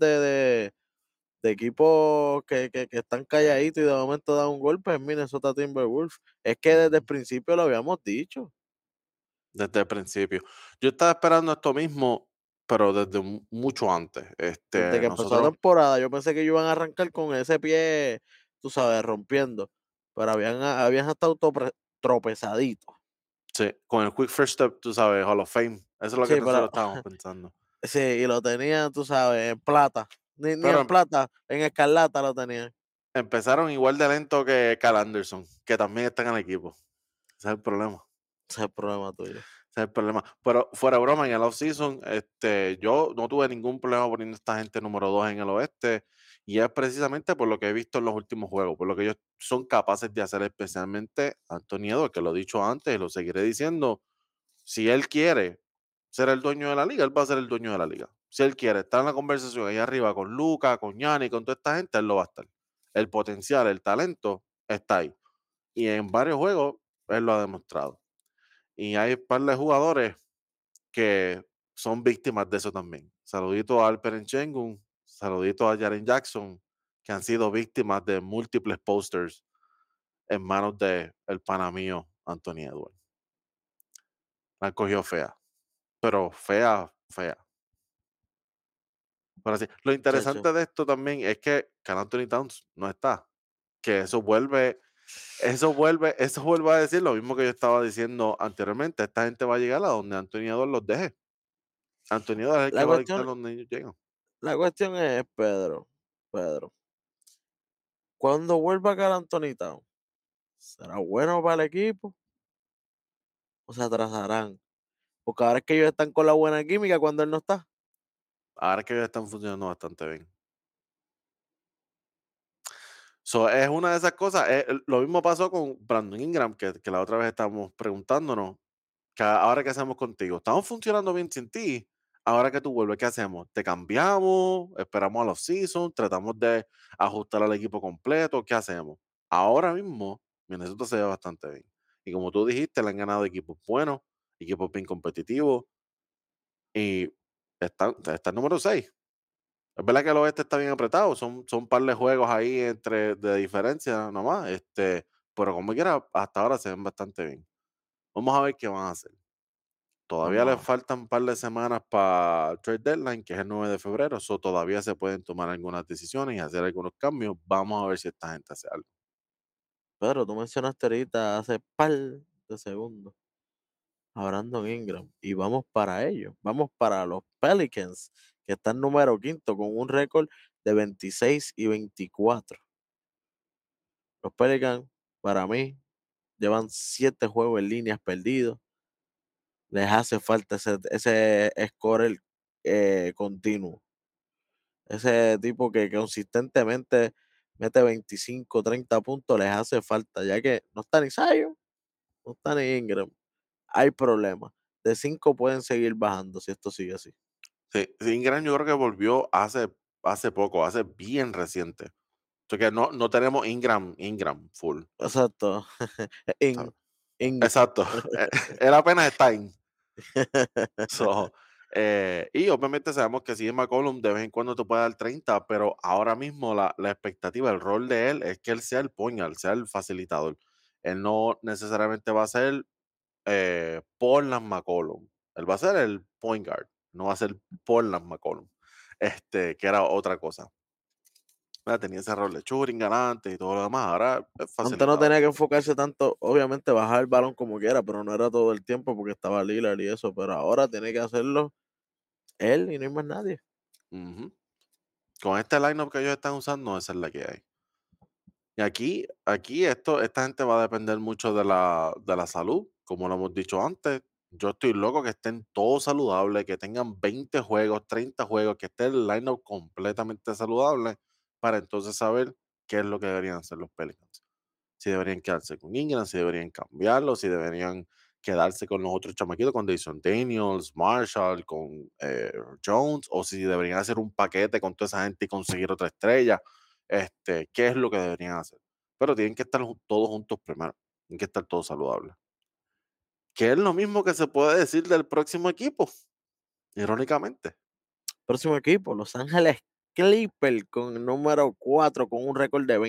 S1: de equipos que están calladitos y de momento dan un golpe, es Minnesota Timberwolves. Es que desde el
S2: Ujú.
S1: principio lo habíamos dicho.
S2: Desde el principio. Yo estaba esperando esto mismo, pero desde mucho antes.
S1: Desde que empezó la
S2: Nosotros,
S1: temporada, yo pensé que ellos iban a arrancar con ese pie, tú sabes, rompiendo, pero habían estado tropezaditos.
S2: sí, con el Quick First Step, tú sabes, Hall of Fame. Eso es lo que
S1: Sí,
S2: nosotros
S1: pero
S2: estábamos pensando.
S1: sí, y lo tenían, tú sabes, en plata. Ni
S2: Pero
S1: en plata, en escarlata lo tenían.
S2: empezaron igual de lento que Cal Anderson, que también está en el equipo. Ese es el problema.
S1: Ese es el problema tuyo.
S2: Ese es el problema. Pero fuera de broma, en el offseason, yo no tuve ningún problema poniendo a esta gente número 2 en el oeste. Y es precisamente por lo que he visto en los últimos juegos, por lo que ellos son capaces de hacer, especialmente Anthony Edwards, que lo he dicho antes y lo seguiré diciendo. Si él quiere ser el dueño de la liga, él va a ser el dueño de la liga. Si él quiere estar en la conversación ahí arriba con Luca, con Gianni, con toda esta gente, él lo va a estar. El potencial, el talento está ahí. Y en varios juegos él lo ha demostrado. Y hay un par de jugadores que son víctimas de eso también. Saludito a Alperen Sengun. Saluditos a Jaren Jackson, que han sido víctimas de múltiples posters en manos de el pana mío, Anthony Edwards. La han cogido fea, pero fea, fea. Pero sí, lo
S1: Chacho,
S2: interesante de esto también es que Karl Anthony Towns no está, que eso vuelve a decir lo mismo que yo estaba diciendo anteriormente, esta gente va a llegar a donde Anthony Edwards los deje. Anthony Edwards es el que
S1: la
S2: va a dictar
S1: cuestión
S2: donde ellos llegan.
S1: la cuestión es, Pedro, cuando vuelva Karl Anthony Towns, ¿será bueno para el equipo o se atrasarán? Porque ahora es que ellos están con la buena química cuando él no está.
S2: Ahora que ellos están funcionando bastante bien. So, es una de esas cosas, lo mismo pasó con Brandon Ingram, que la otra vez estábamos preguntándonos, que ahora qué hacemos contigo, estamos funcionando bien sin ti, ahora que tú vuelves, ¿qué hacemos? ¿Te cambiamos? ¿Esperamos a los seasons? ¿Tratamos de ajustar al equipo completo? ¿Qué hacemos? Ahora mismo, Minnesota se ve bastante bien. Y como tú dijiste, le han ganado equipos buenos, equipos bien competitivos, y está número 6. Es verdad que el oeste está bien apretado, son un par de juegos ahí de diferencia nomás, pero como quiera, hasta ahora se ven bastante bien. Vamos a ver qué van a hacer. Todavía les
S1: Vamos,
S2: faltan un par de semanas para trade deadline, que es el 9 de febrero, so todavía se pueden tomar algunas decisiones y hacer algunos cambios. Vamos a ver si esta gente hace algo.
S1: Pedro, tú mencionaste ahorita hace par de segundos a Brandon Ingram y vamos para ellos, vamos para los Pelicans, que están número quinto con un récord de 26-24. Los Pelicans, para mí, llevan 7 juegos en líneas perdidos. Les hace falta ese scorer continuo. Ese tipo que consistentemente mete 25, 30 puntos, les hace falta, ya que no está ni Zion, no está ni Ingram. Hay problemas. De 5 pueden seguir bajando si esto sigue así.
S2: Sí, sí, Ingram yo creo que volvió hace poco, hace bien reciente. O sea que no tenemos Ingram full.
S1: Exacto.
S2: ¿Sabes?
S1: In.
S2: Exacto. Él apenas está in. So, y obviamente sabemos que si es McCollum de vez en cuando te puede dar 30, pero ahora mismo la expectativa, el rol de él es que él sea el point guard, sea el facilitador. Él no necesariamente va a ser Portland McCollum. Él va a ser el point guard, no va a ser Portland McCollum, que era otra cosa. Tenía ese rol de shooting ganante y todo lo demás, ahora es
S1: Antes no
S2: facilitador.
S1: tenía que enfocarse tanto, obviamente bajar el balón como quiera, pero no era todo el tiempo porque estaba Lillard y eso, pero ahora tiene que hacerlo él y no hay más nadie.
S2: Ujú. Con este lineup que ellos están usando, esa es la que hay. Y aquí esta gente va a depender mucho de la salud, como lo hemos dicho antes. Yo estoy loco que estén todos saludables, que tengan 20 juegos, 30 juegos, que esté el lineup completamente saludable para entonces saber qué es lo que deberían hacer los Pelicans. Si deberían quedarse con Ingram, si deberían cambiarlo, si deberían quedarse con los otros chamaquitos, con Jason Daniels, Marshall, con Jones, o si deberían hacer un paquete con toda esa gente y conseguir otra estrella. ¿Qué es lo que deberían hacer? Pero tienen que estar todos juntos primero, tienen que estar todos saludables. Que es lo mismo que se puede decir del próximo equipo, irónicamente.
S1: Próximo equipo, Los Ángeles Clippers con el número 4 con un récord de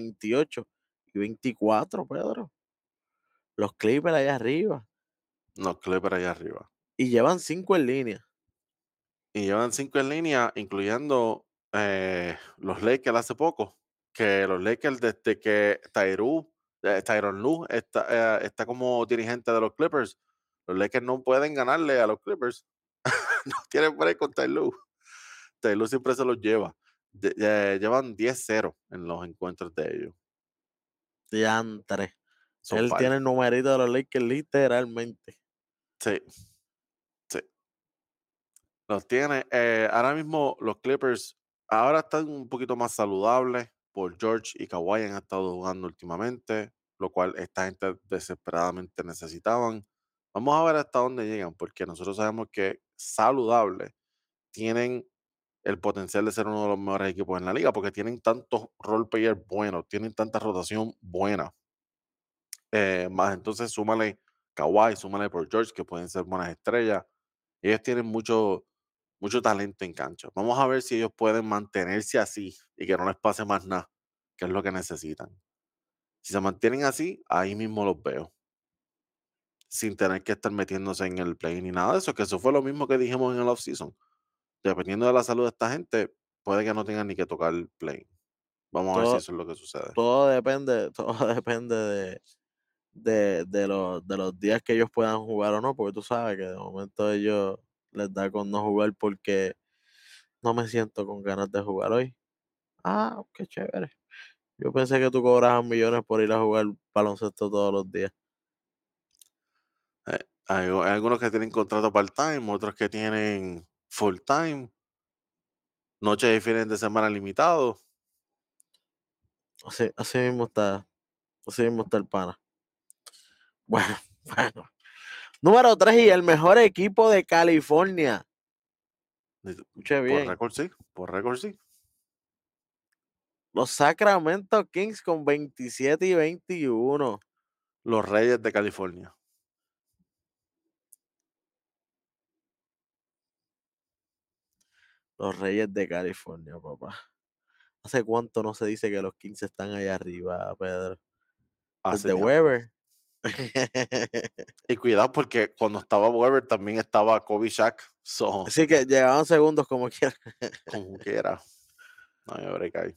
S1: 28-24, Pedro. Los Clippers allá arriba.
S2: Los Clippers allá arriba.
S1: Y llevan 5 en línea.
S2: Y llevan 5 en línea, incluyendo los Lakers hace poco. Que los Lakers, desde que Tyronn Lue está como dirigente de los Clippers, los Lakers no pueden ganarle a los Clippers. No tienen break con Ty Lue. Ty Lue siempre se los lleva. Llevan 10-0 en los encuentros de ellos.
S1: Diantre.
S2: Son
S1: Él
S2: par.
S1: tiene el numerito de los Lakers literalmente.
S2: Sí, sí. Los tiene. Ahora mismo los Clippers ahora están un poquito más saludables. Por George y Kawhi han estado jugando últimamente, lo cual esta gente desesperadamente necesitaban. Vamos a ver hasta dónde llegan, porque nosotros sabemos que saludables tienen el potencial de ser uno de los mejores equipos en la liga, porque tienen tantos role players buenos, tienen tanta rotación buena. Más entonces súmale Kawhi, súmale por George, que pueden ser buenas estrellas. Ellos tienen mucho talento en cancha. Vamos a ver si ellos pueden mantenerse así y que no les pase más nada, que es lo que necesitan. Si se mantienen así, ahí mismo los veo, sin tener que estar metiéndose en el play ni nada de eso, que eso fue lo mismo que dijimos en el offseason. Dependiendo de la salud de esta gente, puede que no tengan ni que tocar el play. Vamos a ver si
S1: Todo,
S2: eso es lo que sucede.
S1: todo depende, todo depende de los días que ellos puedan jugar o no, porque tú sabes que de momento ellos les da con no jugar porque no me siento con ganas de jugar hoy. Ah, qué chévere. Yo pensé que tú cobrabas millones por ir a jugar baloncesto todos los días.
S2: Hay algunos que tienen contrato part-time, otros que tienen full-time, noches y fines de semana limitados.
S1: Así mismo está el pana. Bueno, bueno. Número 3 y el mejor equipo de California. Escuche
S2: Por
S1: bien.
S2: récord sí, por récord sí.
S1: Los Sacramento Kings con 27 y 21.
S2: Los Reyes de California.
S1: Los Reyes de California, papá. ¿Hace cuánto no se dice que los Kings están allá arriba, Pedro?
S2: Hace
S1: Desde
S2: tiempo.
S1: Weber.
S2: Y cuidado porque cuando estaba Weber también estaba Kobe Shaq. So,
S1: Así que llegaban segundos como quiera.
S2: como quiera. No hay break ahí.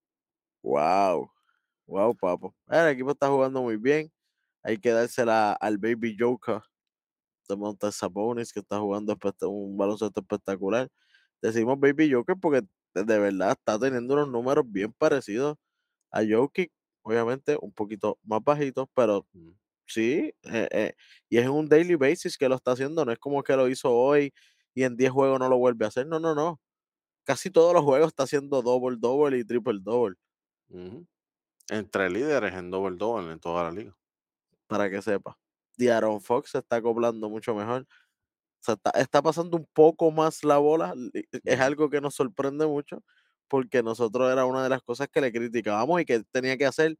S1: Wow, wow, papo. El equipo está jugando muy bien. Hay que dársela al Baby Joker de Montes Sabonis, que está jugando un baloncesto espectacular. Decimos Baby Joker porque de verdad está teniendo unos números bien parecidos a Jokic, obviamente un poquito más bajitos, pero
S2: Mm,
S1: sí, y es en un daily basis que lo está haciendo, no es como que lo hizo hoy y en 10 juegos no lo vuelve a hacer, no, no, no. Casi todos los juegos está haciendo double double y triple double,
S2: ujú. Entre líderes en double double en toda la liga.
S1: para que sepa. De'Aaron Fox se está acoplando mucho mejor. O sea, está pasando un poco más la bola. Es
S2: Ujú,
S1: algo que nos sorprende mucho, porque nosotros era una de las cosas que le criticábamos y que tenía que hacer,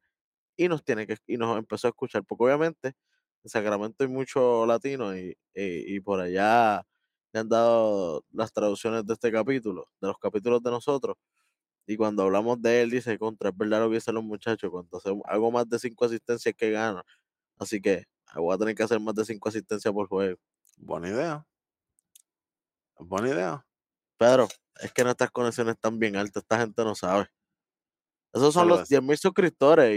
S1: y nos empezó a escuchar, porque obviamente en Sacramento hay mucho latino y por allá le han dado las traducciones de este capítulo, de los capítulos de nosotros. Y cuando hablamos de él, dice, contra, es verdad lo que dicen los muchachos, cuando hago más de 5 asistencias que gano. Así que voy a tener que hacer más de 5 asistencias por juego.
S2: buena idea. Buena idea.
S1: Pedro, es que nuestras conexiones están bien altas, esta gente no sabe. Esos son
S2: Solo
S1: los
S2: eso.
S1: 10,000 suscriptores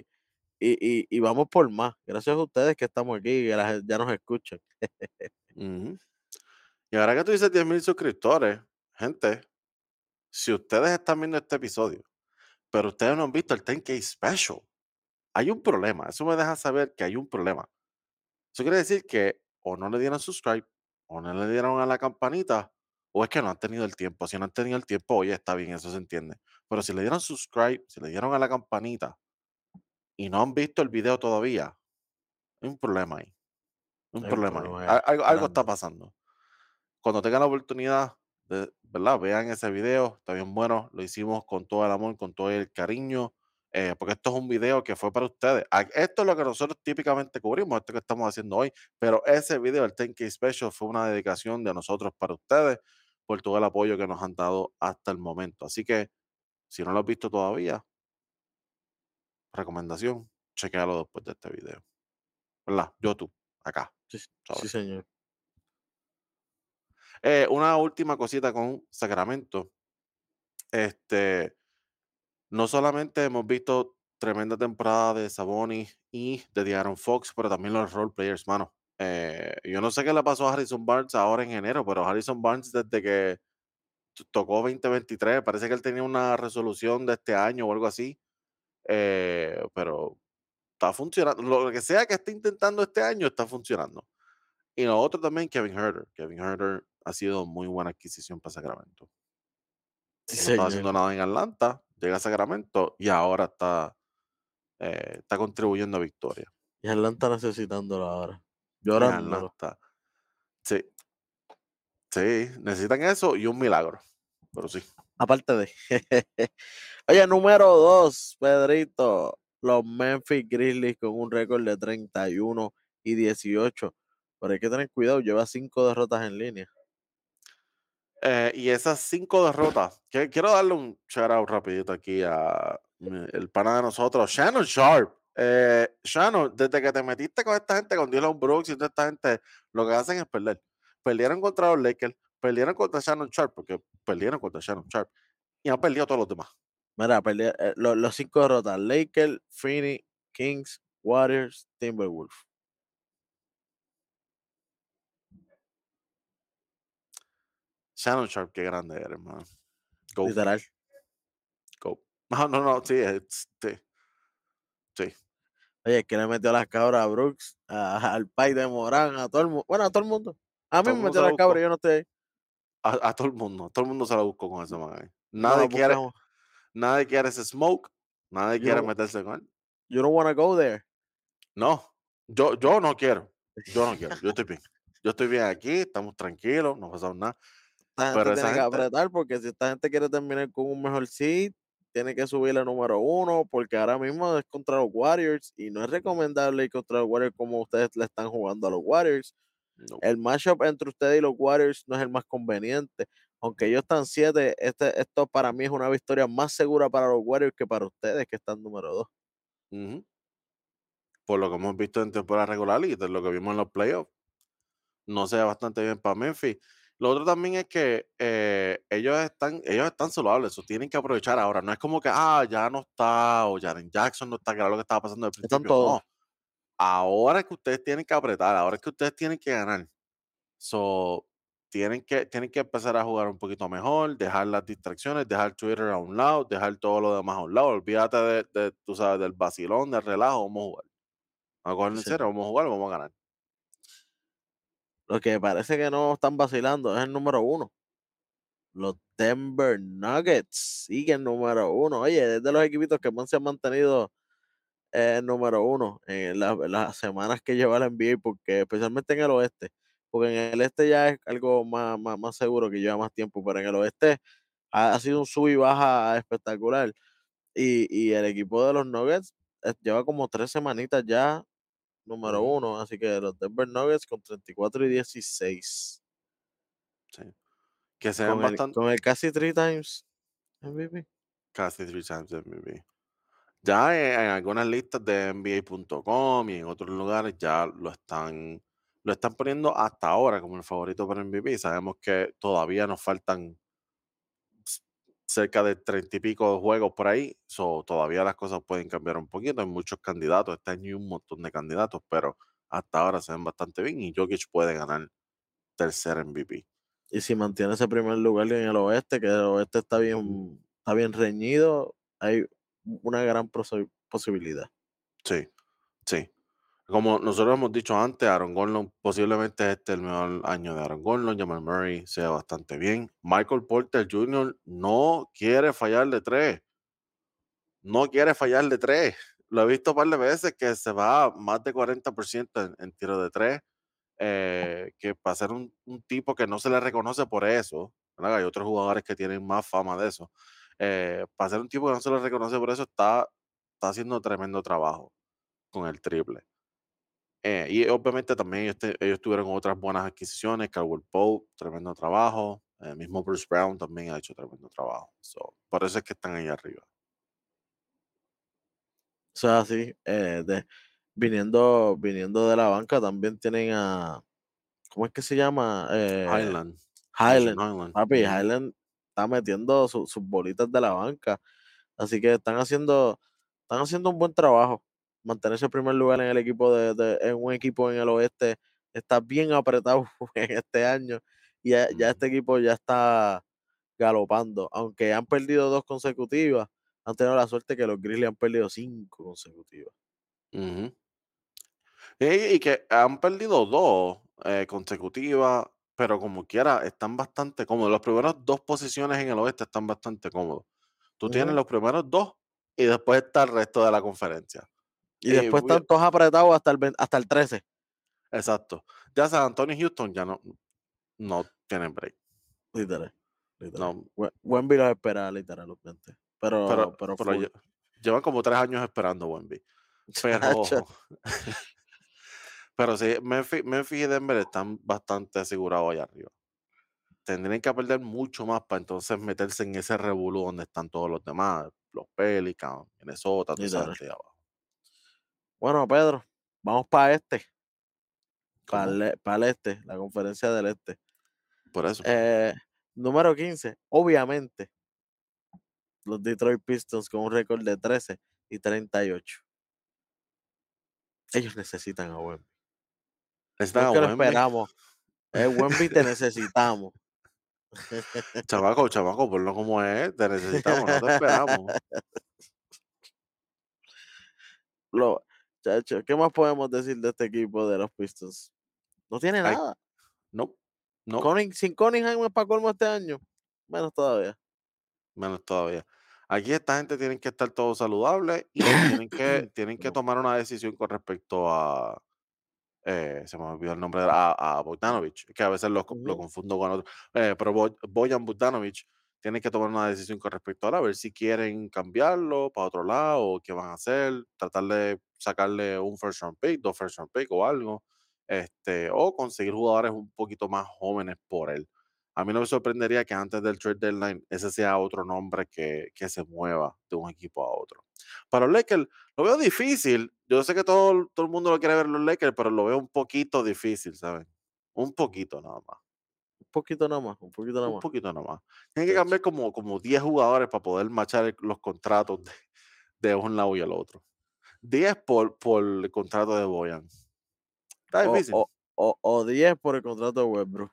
S1: y vamos por más. Gracias a ustedes que estamos aquí y que ya nos escuchan.
S2: Ujú. Y ahora que tú dices 10,000 suscriptores, gente, si ustedes están viendo este episodio, pero ustedes no han visto el 10K Special, hay un problema. Eso me deja saber que hay un problema. Eso quiere decir que o no le dieron subscribe, o no le dieron a la campanita, o es que no han tenido el tiempo. Si no han tenido el tiempo, oye, está bien, eso se entiende. Pero si le dieron subscribe, si le dieron a la campanita y no han visto el video todavía, hay un problema ahí. Un
S1: Hay un
S2: problema ahí.
S1: problema
S2: Algo está
S1: grande.
S2: pasando. Cuando tengan la oportunidad de, ¿verdad? Vean ese video, está bien bueno, lo hicimos con todo el amor, con todo el cariño, porque esto es un video que fue para ustedes. Esto es lo que nosotros típicamente cubrimos, esto que estamos haciendo hoy, pero ese video, el 10K Special, fue una dedicación de nosotros para ustedes por todo el apoyo que nos han dado hasta el momento. Así que, si no lo has visto todavía, recomendación, chequéalo después de este video. ¿Verdad? YouTube, acá,
S1: Sí, sí,
S2: sobre.
S1: señor.
S2: Una última cosita con Sacramento. Este, no solamente hemos visto tremenda temporada de Sabonis y de De'Aaron Fox, pero también los role players, mano. Yo no sé qué le pasó a Harrison Barnes ahora en enero, pero Harrison Barnes desde que tocó 2023, parece que él tenía una resolución de este año o algo así, pero está funcionando. Lo que sea que esté intentando este año está funcionando. Y lo otro también, Kevin Herter. Kevin Herter ha sido muy buena adquisición para Sacramento.
S1: Sí,
S2: No estaba
S1: señor.
S2: haciendo nada en Atlanta, llega a Sacramento y ahora está contribuyendo a victoria.
S1: Y Atlanta necesitándolo ahora.
S2: En
S1: Llorándolo.
S2: Atlanta. Sí, sí, necesitan eso y un milagro. Pero sí.
S1: Aparte de. Oye, número 2, Pedrito. Los Memphis Grizzlies con un récord de 31 y 18. Pero hay que tener cuidado, lleva 5 derrotas en línea.
S2: Y esas 5 derrotas, que quiero darle un shout out rapidito aquí a el pana de nosotros, Shannon Sharp. Shannon, desde que te metiste con esta gente, con Dylan Brooks y toda esta gente, lo que hacen es perder. Perdieron contra los Lakers, perdieron contra Shannon Sharp, porque perdieron contra Shannon Sharp, y han perdido todos los demás.
S1: Mira, los 5 derrotas: Lakers, Phoenix, Kings, Warriors, Timberwolves.
S2: Shannon Sharp, qué grande eres, hermano. Go,
S1: Literal.
S2: go. No, no, no, sí, sí, sí.
S1: Oye, es que le metió las cabras a Brooks, al Pai de Morán, a todo el mundo. Bueno, a todo el mundo. A mí
S2: Todo
S1: me
S2: el mundo se
S1: metió
S2: la
S1: las cabras,
S2: buscó.
S1: yo no estoy ahí.
S2: A todo el mundo se la buscó con ese man ahí.
S1: No la buscamos.
S2: Nadie quiere ese smoke, nadie
S1: You
S2: quiere
S1: don't,
S2: meterse con él.
S1: you don't wanna go there.
S2: No, yo no quiero, yo estoy bien. Yo estoy bien aquí, estamos tranquilos, no ha pasado nada,
S1: Esta gente
S2: pero
S1: tiene
S2: esa
S1: que
S2: gente,
S1: apretar porque si esta gente quiere terminar con un mejor seed, tiene que subir a número uno porque ahora mismo es contra los Warriors y no es recomendable ir contra los Warriors como ustedes le están jugando a los Warriors.
S2: no,
S1: El matchup entre ustedes y los Warriors no es el más conveniente. Aunque
S2: no,
S1: ellos están 7, esto para mí es una victoria más segura para los Warriors que para ustedes que están número 2.
S2: ujú, por lo que hemos visto en temporada regular y de lo que vimos en los playoffs, no se ve bastante bien para Memphis. Lo otro también es que ellos están saludables, eso tienen que aprovechar ahora. No es como que, ya no está, o Jaren Jackson no está, que era lo que estaba pasando al
S1: Están
S2: principio.
S1: todos.
S2: No, ahora es que ustedes tienen que apretar, ahora es que ustedes tienen que ganar. So, tienen que empezar a jugar un poquito mejor, dejar las distracciones, dejar Twitter a un lado, dejar todo lo demás a un lado. Olvídate tú sabes, del vacilón, del relajo, vamos a jugar. Vamos a cogerlo en
S1: Sí.
S2: serio, vamos a jugar, vamos a ganar.
S1: Lo que parece que no están vacilando es el número 1. Los Denver Nuggets siguen número 1. Oye, es de los equipitos que más se han mantenido número 1 en las semanas que lleva la NBA, porque especialmente en el oeste, porque en el este ya es algo más seguro que lleva más tiempo, pero en el oeste ha sido un sub y baja espectacular. Y el equipo de los Nuggets lleva como 3 semanitas ya número
S2: Ujú,
S1: 1, así que los Denver Nuggets con 34-16,
S2: sí. Que se ven
S1: con el,
S2: bastante,
S1: con el casi 3 times MVP.
S2: casi three times MVP. Ya en algunas listas de NBA.com y en otros lugares ya lo están poniendo hasta ahora como el favorito para MVP. Sabemos que todavía nos faltan cerca de 30 y pico de juegos por ahí, so, todavía las cosas pueden cambiar un poquito. Hay muchos candidatos, este año hay un montón de candidatos, pero hasta ahora se ven bastante bien y Jokic puede ganar tercer MVP.
S1: Y si mantiene ese primer lugar en el oeste, que el oeste
S2: Ujú.
S1: está bien reñido, hay una gran posibilidad.
S2: Sí, sí. Como nosotros hemos dicho antes, Aaron Gordon posiblemente este es el mejor año de Aaron Gordon, Jamal Murray sea bastante bien. Michael Porter Jr. no quiere fallar de tres, no quiere fallar de tres. Lo he visto un par de veces que se va más de 40% en tiro de tres, que para ser un tipo que no se le reconoce por eso, ¿verdad? Hay otros jugadores que tienen más fama de eso. Para ser un tipo que no se le reconoce por eso, está haciendo tremendo trabajo con el triple. Y obviamente también ellos tuvieron otras buenas adquisiciones, Caldwell Pope, tremendo trabajo, el mismo Bruce Brown también ha hecho tremendo trabajo. So, por eso es que están ahí arriba.
S1: O sea, sí, viniendo de la banca también tienen a, ¿cómo es que se llama?
S2: Highland, Nation
S1: Highland.
S2: Highland.
S1: Papi,
S2: Ujú,
S1: Highland está metiendo sus bolitas de la banca. Así que están haciendo un buen trabajo. Mantenerse en primer lugar en el equipo en un equipo en el oeste está bien apretado en este año. Y ya
S2: ujú,
S1: este equipo ya está galopando. Aunque han perdido 2 consecutivas, han tenido la suerte que los Grizzlies han perdido 5 consecutivas.
S2: ujú. Y que han perdido dos consecutivas, pero como quiera, están bastante cómodos. Las primeras dos posiciones en el oeste están bastante cómodos. Tú tienes
S1: Ujú.
S2: los primeros dos y después está el resto de la conferencia.
S1: Y
S2: Y
S1: después están todos apretados hasta el 13.
S2: exacto. Ya San Antonio y Houston ya no tienen break.
S1: Literal. Literal.
S2: No,
S1: Wemby los espera literalmente. Pero
S2: pero
S1: full.
S2: llevan como 3 años esperando Wemby.
S1: Chacho.
S2: Pero, pero sí, Memphis y Denver están bastante asegurados allá arriba. tendrían que perder mucho más para entonces meterse en ese revolú donde están todos los demás, los Pelicans, Minnesota, toda esa
S1: literal.
S2: gente de abajo.
S1: Bueno, Pedro, vamos para
S2: ¿Cómo?
S1: para el este, la conferencia del este.
S2: Por eso.
S1: Eh, Número 15, obviamente, los Detroit Pistons con un récord de 13-38. Ellos necesitan a Wemby. No
S2: Necesitan
S1: es
S2: a
S1: que lo
S2: Wemby.
S1: esperamos, Wemby te necesitamos.
S2: Chamaco, chamaco, ponlo como es, te necesitamos, no te esperamos.
S1: Lo, chacho, ¿qué más podemos decir de este equipo de los Pistons? No tiene
S2: Ay,
S1: nada.
S2: no, no,
S1: Sin Cunningham es para colmo este año. Menos todavía.
S2: menos todavía. Aquí esta gente tienen que estar todos saludables y tienen que
S1: Perdón.
S2: tomar una decisión con respecto a, se me olvidó el nombre, a Bogdanovich, que a veces lo
S1: Ujú.
S2: confundo con otro, pero Bojan Bogdanovich tiene que tomar una decisión con respecto a él, a ver si quieren cambiarlo para otro lado o qué van a hacer, tratar de sacarle un first round pick, dos first round pick o algo, o conseguir jugadores un poquito más jóvenes por él. A mí no me sorprendería que antes del trade deadline ese sea otro nombre que se mueva de un equipo a otro. Para los Lakers, lo veo difícil. Yo sé que todo el mundo lo quiere ver los Lakers, pero lo veo un poquito difícil, ¿saben? Un poquito nada más.
S1: Un poquito nada más, un poquito nada
S2: Un
S1: más.
S2: poquito nada más. Tienen que
S1: Chacho.
S2: cambiar como 10 jugadores para poder machar los contratos de un lado y el otro. 10 por el contrato de Boyan. Está
S1: O,
S2: difícil.
S1: o, o 10 por el contrato de Westbrook.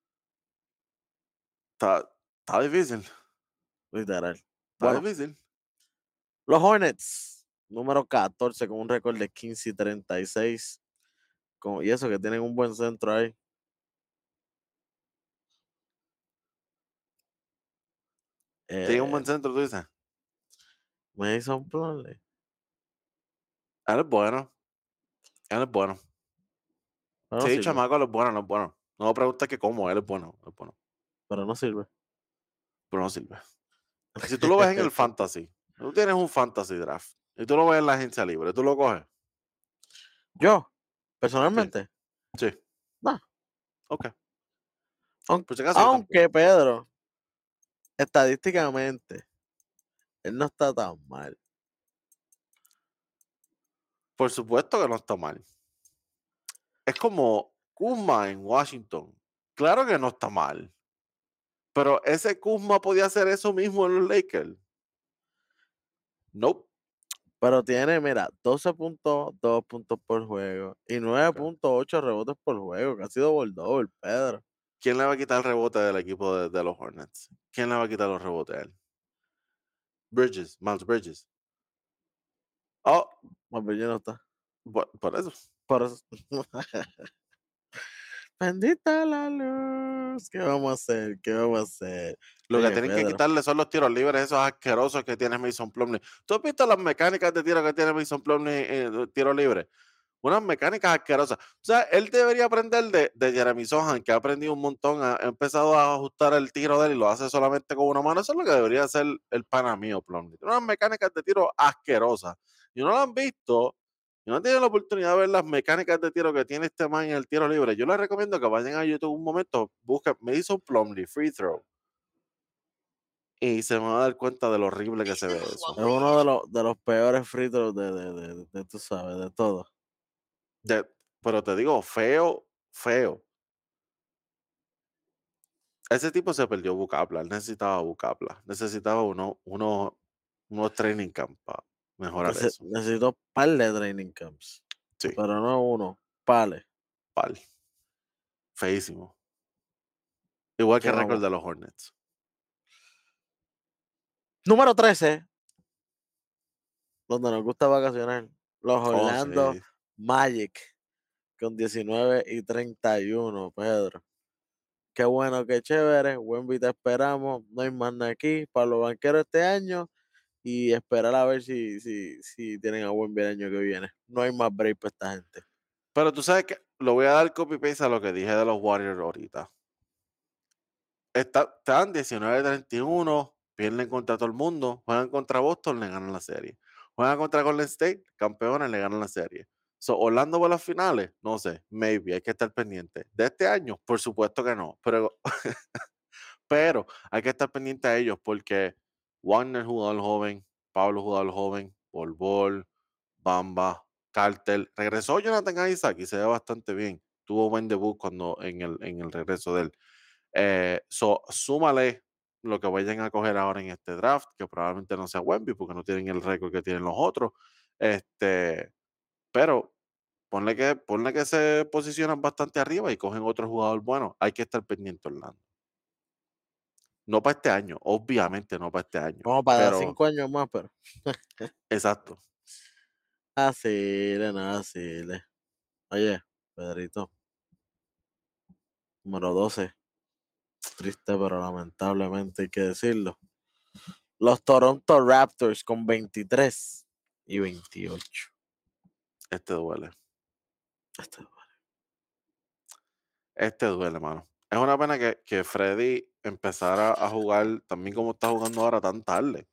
S2: Está difícil.
S1: Literal.
S2: Está
S1: Bueno,
S2: difícil.
S1: los Hornets, número 14 con un récord de 15-36. Y eso que tienen un buen centro ahí.
S2: Tiene un
S1: Eh,
S2: buen centro, tú dices.
S1: Mason Plumlee.
S2: Él es bueno. Él es bueno.
S1: Pero no
S2: Sí,
S1: sirve.
S2: chamaco, él es bueno, él es bueno. No me preguntes que cómo, él es bueno, él es bueno.
S1: Pero no sirve.
S2: Pero no sirve. Si tú lo ves en el fantasy, tú tienes un fantasy draft y tú lo ves en la agencia libre, tú lo coges.
S1: Yo,
S2: Sí,
S1: personalmente,
S2: sí,
S1: no.
S2: ok.
S1: Aun-
S2: Por si acaso yo
S1: Aunque,
S2: tampoco.
S1: Pedro, estadísticamente, él no está tan mal.
S2: Por supuesto que no está mal. Es como Kuzma en Washington. Claro que no está mal. Pero ese Kuzma podía hacer eso mismo en los Lakers. Nope.
S1: Pero tiene, mira, 12.2 puntos por juego y nueve
S2: Ok.
S1: punto ocho rebotes por juego, que ha sido double double, Pedro.
S2: ¿Quién le va a quitar el rebote del equipo de los Hornets? ¿Quién le va a quitar los rebotes a él? Bridges, Miles Bridges. Oh,
S1: Marbella no está.
S2: por eso.
S1: Por eso. Bendita la luz. ¿Qué vamos a hacer? ¿Qué vamos a hacer?
S2: Lo que
S1: Oye,
S2: tienen que
S1: Pedro,
S2: quitarle son los tiros libres, esos asquerosos que tiene Mason Plumlee. ¿Tú has visto las mecánicas de tiro que tiene Mason Plumlee en tiro libre? Unas mecánicas asquerosas. O sea, él debería aprender de Jeremy Sohan, que ha aprendido un montón, ha empezado a ajustar el tiro de él y lo hace solamente con una mano. Eso es lo que debería hacer el pana mío, Plumlee. Tiene unas mecánicas de tiro asquerosas. Y no lo han visto, y no tienen la oportunidad de ver las mecánicas de tiro que tiene este man en el tiro libre. Yo les recomiendo que vayan a YouTube un momento, busquen Mason Plumlee, free throw. Y se me va a dar cuenta de lo horrible que se ve eso.
S1: es uno de los peores fritos tú sabes, de todo.
S2: De- pero te digo, feo, feo. Ese tipo se perdió Bucapla, él necesitaba Bucapla, necesitaba unos training camp para mejorar eso.
S1: Necesito par de training camps,
S2: Sí,
S1: pero no uno, pales.
S2: pal, feísimo. Igual que
S1: ¿Qué
S2: el récord
S1: vamos?
S2: de los Hornets.
S1: Número 13, donde nos gusta vacacionar. Los
S2: Oh,
S1: Orlando
S2: sí.
S1: Magic con 19-31, Pedro. Qué bueno, qué chévere. Wemby te esperamos. No hay más nada aquí para los banqueros este año. Y esperar a ver si tienen a Wemby el año que viene. No hay más break para esta gente.
S2: Pero tú sabes que lo voy a dar copy paste a lo que dije de los Warriors ahorita. Están 19-31, pierden contra todo el mundo, juegan contra Boston, le ganan la serie. Juegan contra Golden State, campeones, le ganan la serie. So, Orlando por las finales, no sé, maybe, hay que estar pendiente. De este año, por supuesto que no, pero pero hay que estar pendiente a ellos porque Warner, jugador joven, Pablo, jugador joven, Bol, Bamba, Cartel. Regresó Jonathan Isaac y se ve bastante bien. Tuvo buen debut cuando en el regreso de él. Súmale lo que vayan a coger ahora en este draft, que probablemente no sea Wemby porque no tienen el récord que tienen los otros. Este, pero ponle que se posicionan bastante arriba y cogen otro jugador bueno. Hay que estar pendiente, Orlando. No para este año, obviamente no para este año,
S1: Como para dar
S2: pero
S1: 5 años más, pero
S2: exacto.
S1: así le, nada, así le. Oye, Pedrito, número 12, triste pero lamentablemente hay que decirlo. Los Toronto Raptors con 23 y 28.
S2: Este duele.
S1: Este-
S2: Este duele, mano. Es una pena que Freddy empezara a jugar también como está jugando ahora tan tarde.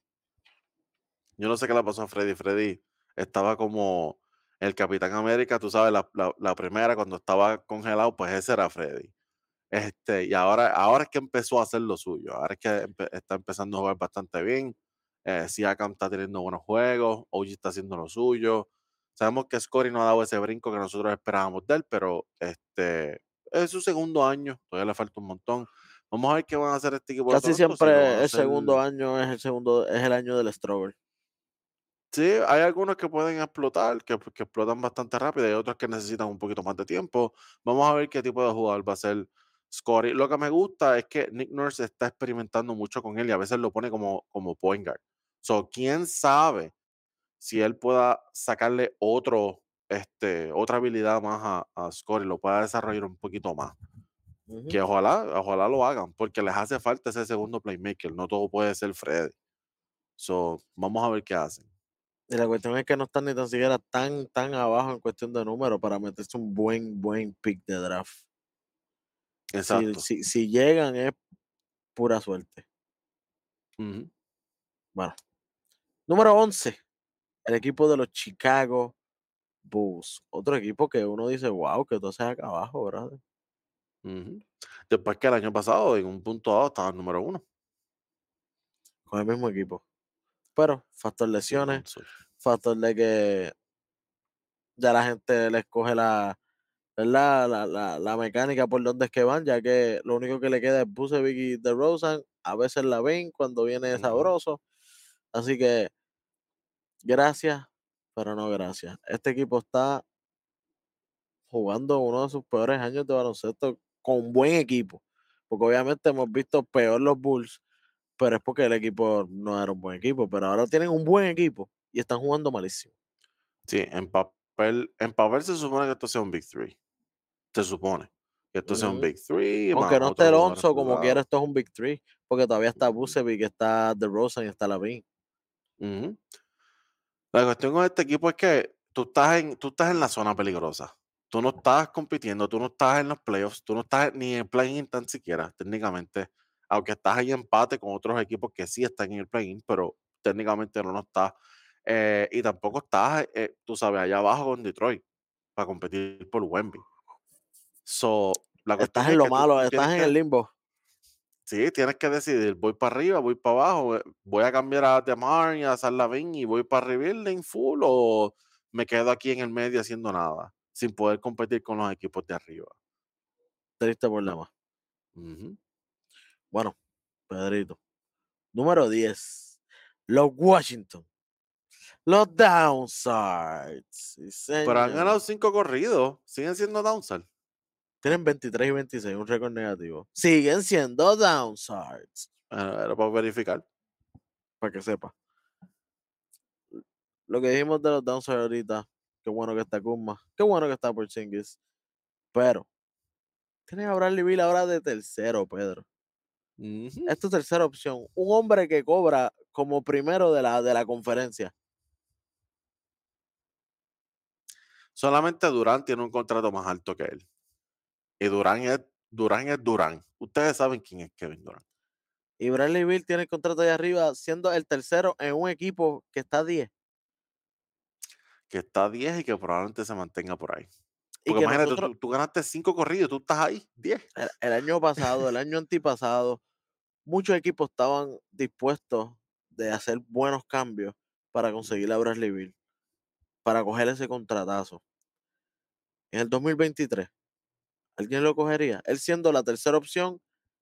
S2: Yo no sé qué le pasó a Freddy. Freddy estaba como el Capitán América, tú sabes, la primera cuando estaba congelado, pues ese era Freddy. Y ahora es que empezó a hacer lo suyo. Ahora es que está empezando a jugar bastante bien. Siakam está teniendo buenos juegos. OG está haciendo lo suyo. Sabemos que Scottie no ha dado ese brinco que nosotros esperábamos de él, pero es su segundo año. Todavía le falta un montón. Vamos a ver qué van a hacer este equipo de
S1: Casi
S2: Toronto. Si lo van a
S1: siempre el
S2: hacer.
S1: segundo año es el año del Struggle.
S2: Sí, hay algunos que pueden explotar, que explotan bastante rápido, y hay otros que necesitan un poquito más de tiempo. Vamos a ver qué tipo de jugador va a ser Scottie. Lo que me gusta es que Nick Nurse está experimentando mucho con él y a veces lo pone como point guard. So, quién sabe si él pueda sacarle otra habilidad más a Scottie, lo pueda desarrollar un poquito más.
S1: Ujú.
S2: Que ojalá lo hagan, porque les hace falta ese segundo playmaker. No todo puede ser Freddy. So, vamos a ver qué hacen.
S1: Y la cuestión es que no están ni tan siquiera tan abajo en cuestión de número para meterse un buen pick de draft. Si,
S2: Exacto.
S1: si, si llegan es pura suerte.
S2: Ujú.
S1: Bueno, número 11, el equipo de los Chicago Bulls. Otro equipo que uno dice, wow, que todo se acá abajo, ¿verdad?
S2: Ujú. Después que el año pasado, en un punto dado, estaba el número 1.
S1: Con el mismo equipo. Pero factor
S2: Sí,
S1: lesiones, factor de que ya la gente les coge ¿verdad? La mecánica por donde es que van, ya que lo único que le queda es Vucevic y DeRozan, a veces la ven cuando viene
S2: Ujú.
S1: sabroso, así que gracias, pero no gracias. Este equipo está jugando uno de sus peores años de baloncesto con buen equipo, porque obviamente hemos visto peor los Bulls, pero es porque el equipo no era un buen equipo, pero ahora tienen un buen equipo y están jugando malísimo.
S2: Sí, en papel se supone que esto sea un Big Three. Se supone que esto sea un
S1: Ujú.
S2: Big Three,
S1: Aunque
S2: más
S1: no esté
S2: otros jugadores
S1: Alonso,
S2: por el
S1: como quiera,
S2: lado.
S1: esto es un Big Three, porque todavía está
S2: Ujú,
S1: Vucevic, está DeRozan y está Lavin.
S2: ujú. La cuestión con este equipo es que tú estás en la zona peligrosa. Tú no estás compitiendo, tú no estás en los playoffs, tú no estás ni en play-in tan siquiera, técnicamente. Aunque estás ahí en empate con otros equipos que sí están en el play-in, pero técnicamente no estás. Y tampoco estás, tú sabes, allá abajo con Detroit para competir por Wemby. So, la
S1: Estás
S2: cuestión
S1: en
S2: es
S1: lo
S2: que tú,
S1: malo,
S2: tú tienes
S1: estás en el
S2: que,
S1: limbo.
S2: sí, tienes que decidir, voy para arriba, voy para abajo, voy a cambiar a DeMar y a Sarlavin y voy para rebuilding full o me quedo aquí en el medio haciendo nada, sin poder competir con los equipos de arriba.
S1: Triste problema.
S2: Ujú.
S1: Bueno, Pedrito. Número 10. Los Washington. Los Downsides. Sí,
S2: Pero han
S1: señor.
S2: ganado 5 corridos, siguen siendo downside.
S1: Tienen 23 y 26, un récord negativo. Siguen siendo Downsides.
S2: Era para verificar.
S1: Para que sepa. Lo que dijimos de los Downsides ahorita. Qué bueno que está Kuzma. Qué bueno que está Porzingis. Pero tienen a Bradley Beal ahora de tercero, Pedro.
S2: Ujú.
S1: Es tu tercera opción. Un hombre que cobra como primero de la conferencia.
S2: Solamente Durán tiene un contrato más alto que él. Y Durán es Durán. Ustedes saben quién es Kevin Durán.
S1: Y Bradley Beal tiene el contrato allá arriba, siendo el tercero en un equipo que está a 10.
S2: Que está a 10 y que probablemente se mantenga por ahí.
S1: Y
S2: Porque
S1: que
S2: imagínate,
S1: nosotros,
S2: tú ganaste 5 corridos, tú estás ahí, 10.
S1: el año pasado, el año antipasado, muchos equipos estaban dispuestos de hacer buenos cambios para
S2: Ujú.
S1: conseguir a Bradley Beal, para coger ese contratazo. En el 2023, ¿alguien lo cogería? Él siendo la tercera opción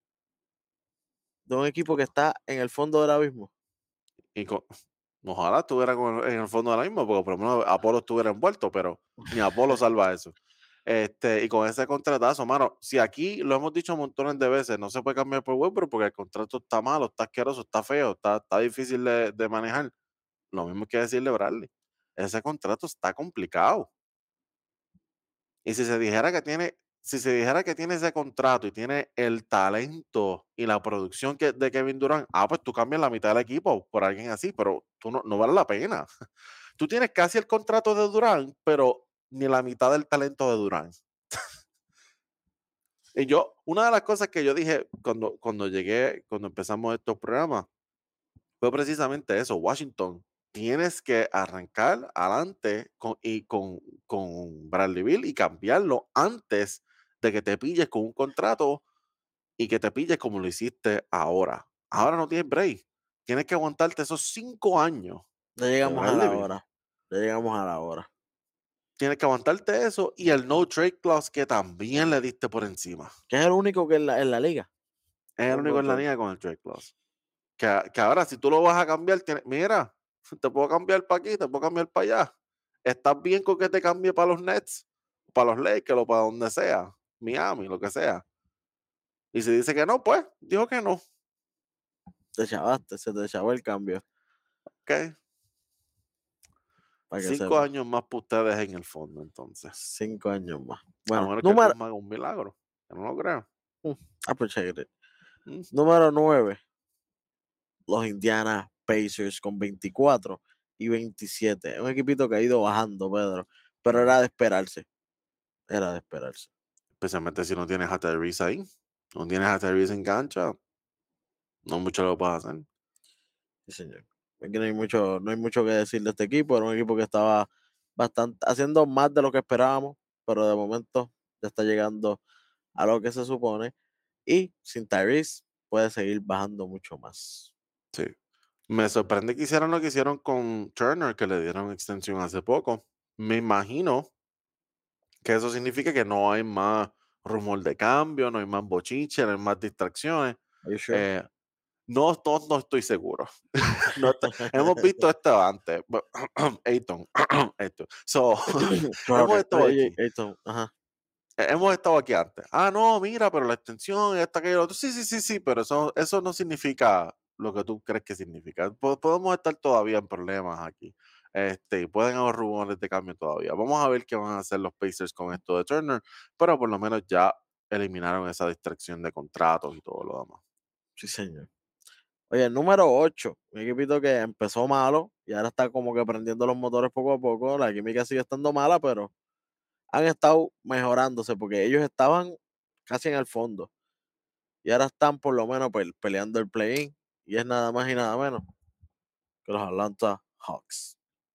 S1: de un equipo que está en el fondo del abismo.
S2: Y ojalá estuviera en el fondo ahora mismo, porque por lo menos Apolo estuviera envuelto, pero ni Apolo salva eso. Y con ese contratazo, mano, si aquí lo hemos dicho montones de veces, no se puede cambiar por Westbrook porque el contrato está malo, está asqueroso, está feo, está difícil de manejar. Lo mismo que decirle Bradley. Ese contrato está complicado. Y si se dijera que tiene ese contrato y tiene el talento y la producción de Kevin Durant, pues tú cambias la mitad del equipo por alguien así, pero tú no vale la pena. Tú tienes casi el contrato de Durant, pero ni la mitad del talento de Durant. Y una de las cosas que yo dije cuando empezamos estos programas, fue precisamente eso, Washington. Tienes que arrancar adelante con Bradley Beal y cambiarlo antes de que te pilles con un contrato y que te pilles como lo hiciste ahora. Ahora no tienes break. Tienes que aguantarte esos 5 años
S1: Ya
S2: de
S1: llegamos a
S2: Bradley
S1: la
S2: Beal.
S1: hora. Ya llegamos a la hora.
S2: Tienes que aguantarte eso y el no trade clause que también le diste por encima.
S1: Que es el único que en la liga.
S2: Es el
S1: Un
S2: único
S1: no
S2: en la
S1: trade.
S2: liga con el trade clause. Que ahora si tú lo vas a cambiar, mira, te puedo cambiar para aquí, te puedo cambiar para allá. ¿Estás bien con que te cambie para los Nets, para los Lakers o para donde sea? Miami, lo que sea. Y si dice que no, pues, dijo que no.
S1: Te chavaste, se te chavó el cambio,
S2: Ok.
S1: para que
S2: 5 años
S1: sepas.
S2: más para ustedes en el fondo, entonces.
S1: 5 años más.
S2: A
S1: Bueno,
S2: menos que Curry me haga un milagro. Que no lo creo.
S1: mm, pues chévere.
S2: Mm,
S1: Número 9, los Indiana Pacers con 24 y 27. Un equipito que ha ido bajando, Pedro, pero
S2: mm.
S1: era de esperarse. Era de esperarse.
S2: Especialmente si no tienes a Tyrese ahí. No tienes a Tyrese en cancha. No mucho lo puedes hacer.
S1: Sí, señor. Aquí no hay mucho que decir de este equipo. Era un equipo que estaba bastante haciendo más de lo que esperábamos, pero de momento ya está llegando a lo que se supone. Y sin Tyrese puede seguir bajando mucho más.
S2: Sí. Me sorprende que hicieran lo que hicieron con Turner, que le dieron extensión hace poco. Me imagino que eso significa que no hay más rumor de cambio, no hay más bochinche, no hay más distracciones.
S1: Are you sure?
S2: Eh, no estoy seguro. Hemos visto esto antes. Ayton, Ayton. So, hemos
S1: Crowder.
S2: estado aquí.
S1: Ayton, ajá.
S2: Hemos estado aquí antes. No, mira, pero la extensión, esta, que otro. Sí, sí, sí, sí, pero eso no significa lo que tú crees que significa. Podemos estar todavía en problemas aquí. Y pueden haber rumores de cambio todavía. Vamos a ver qué van a hacer los Pacers con esto de Turner, pero por lo menos ya eliminaron esa distracción de contratos y todo lo demás.
S1: Sí, señor. Oye, el número 8, un equipito que empezó malo y ahora está como que prendiendo los motores poco a poco. La química sigue estando mala, pero han estado mejorándose porque ellos estaban casi en el fondo y ahora están por lo menos peleando el play-in y es nada más y nada menos que los Atlanta Hawks.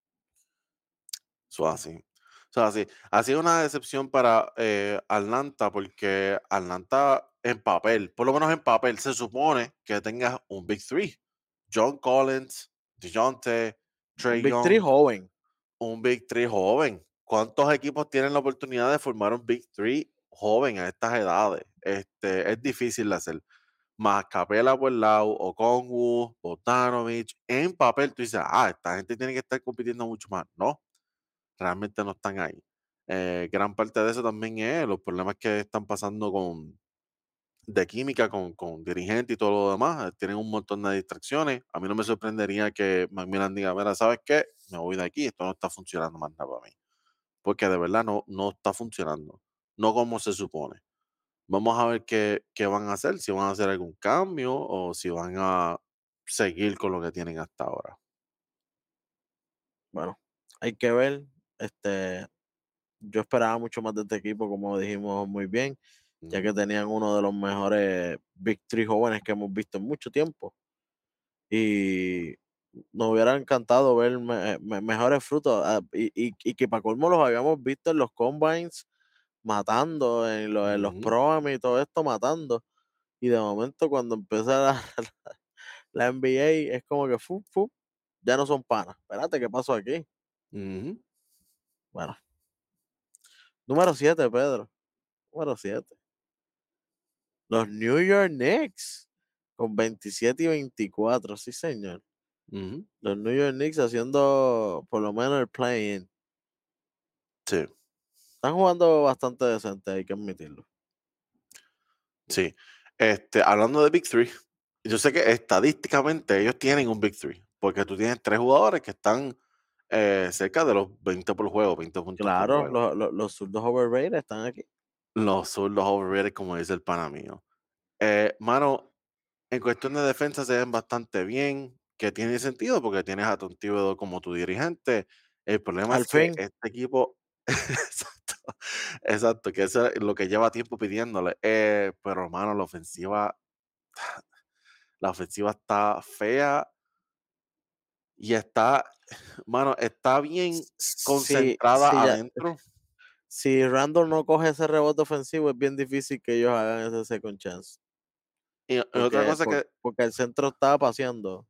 S2: Eso así. Eso así. Ha sido una decepción para Atlanta porque Atlanta en papel, por lo menos en papel, se supone que tenga un Big Three. John Collins, DeJounte,
S1: Un
S2: Trey
S1: Big Three
S2: Young,
S1: joven.
S2: un Big Three joven. ¿Cuántos equipos tienen la oportunidad de formar un Big Three joven a estas edades? Es difícil de hacer. Más Capela por el lado, Okongwu, Bogdanovich. En papel tú dices, esta gente tiene que estar compitiendo mucho más. No, realmente no están ahí. Gran parte de eso también es los problemas que están pasando de química con dirigentes y todo lo demás. Tienen un montón de distracciones. A mí no me sorprendería que Macmillan diga, mira, ¿sabes qué? Me voy de aquí, esto no está funcionando más nada para mí. Porque de verdad no está funcionando. No como se supone. Vamos a ver qué van a hacer, si van a hacer algún cambio o si van a seguir con lo que tienen hasta ahora.
S1: Bueno, hay que ver. Este, yo esperaba mucho más de este equipo, como dijimos muy bien, ya que
S2: Ujú,
S1: tenían uno de los mejores Big Three jóvenes que hemos visto en mucho tiempo. Y nos hubiera encantado ver mejores frutos. Y que para colmo los habíamos visto en los combines matando, en los
S2: ujú.
S1: prom y todo esto matando. y de momento cuando empieza la NBA es como que ya no son panas. Espérate, ¿qué pasó aquí?
S2: Ujú,
S1: Bueno, número 7 Pedro, número 7 los New York Knicks con 27-24, sí señor.
S2: ujú.
S1: Los New York Knicks haciendo por lo menos el play-in.
S2: Sí,
S1: Están jugando bastante decente, hay que admitirlo.
S2: sí. Hablando de Big Three, yo sé que estadísticamente ellos tienen un Big Three, porque tú tienes 3 jugadores que están, cerca de los 20 por juego, 20 puntos por
S1: Claro,
S2: juego.
S1: los zurdos overrated están aquí.
S2: Los zurdos overrated, como dice el pana mío. Mano, en cuestión de defensa se ven bastante bien, que tiene sentido porque tienes a Tom Thibodeau como tu dirigente. El problema
S1: Al
S2: es que
S1: fin,
S2: este equipo exacto, exacto, que eso es lo que lleva tiempo pidiéndole. Pero hermano, la ofensiva está fea y está, mano, está bien concentrada
S1: sí, ya.
S2: adentro.
S1: Si Randall no coge ese rebote ofensivo, es bien difícil que ellos hagan ese second chance.
S2: Y otra cosa que
S1: Porque el centro estaba paseando.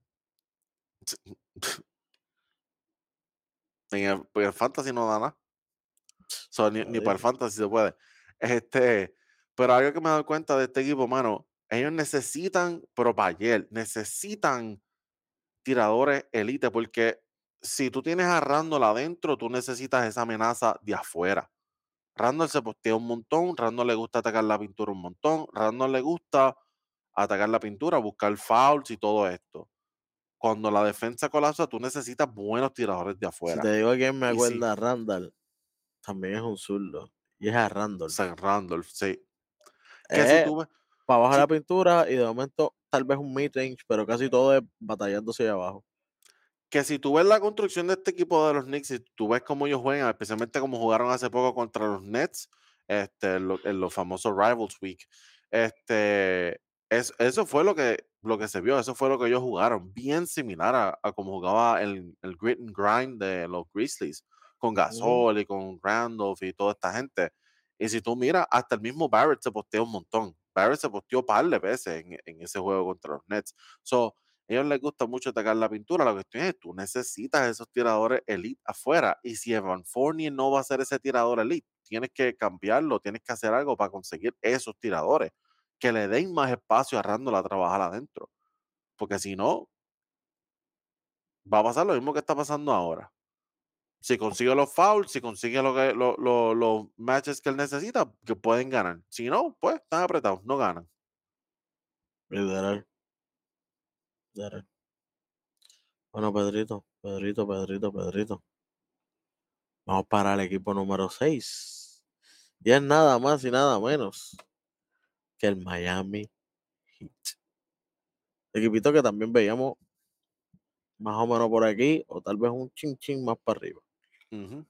S2: en el fantasy no da nada. So, ni para el
S1: Nadie.
S2: fantasy se puede. Este, pero algo que me he dado cuenta de este equipo, mano, ellos necesitan, pero para ayer, necesitan tiradores elite, porque si tú tienes a Randall adentro, tú necesitas esa amenaza de afuera. Randall se postea un montón, Randall le gusta atacar la pintura un montón, Randall le gusta atacar la pintura, buscar fouls y todo esto. Cuando la defensa colapsa, tú necesitas buenos tiradores de
S1: Si
S2: afuera.
S1: te digo quién me
S2: Y sí,
S1: acuerda, Randall también es un zurdo. Y es a Randolph.
S2: San Randolph, sí. Que si
S1: Es
S2: tú ves,
S1: para abajo de la
S2: si
S1: pintura y de momento tal vez un mid-range, pero casi todo es batallándose ahí abajo.
S2: que si tú ves la construcción de este equipo de los Knicks, y tú ves cómo ellos juegan, especialmente como jugaron hace poco contra los Nets, en los famosos Rivals Week, eso fue lo que se vio, eso fue lo que ellos jugaron, bien similar a como jugaba el grit and grind de los Grizzlies, con
S1: Ujú.
S2: Gasol y con Randolph y toda esta gente. Y si tú miras, hasta el mismo Barrett se posteó un montón. Barrett se posteó un par de veces en ese juego contra los Nets. So, ellos les gusta mucho atacar la pintura. La cuestión es, tú necesitas esos tiradores elite afuera. Y si Evan Fournier no va a ser ese tirador elite, tienes que cambiarlo, tienes que hacer algo para conseguir esos tiradores. Que le den más espacio a Randall a trabajar adentro. Porque si no, va a pasar lo mismo que está pasando ahora. Si consigue los fouls, si consigue los matches que él necesita, que pueden ganar. Si no, pues están apretados, no ganan.
S1: Literal, literal. Bueno, Pedrito. Vamos para el equipo número 6. Y es nada más y nada menos que el Miami Heat. Equipito que también veíamos más o menos por aquí, o tal vez un chin chin más para arriba.
S2: Ujú.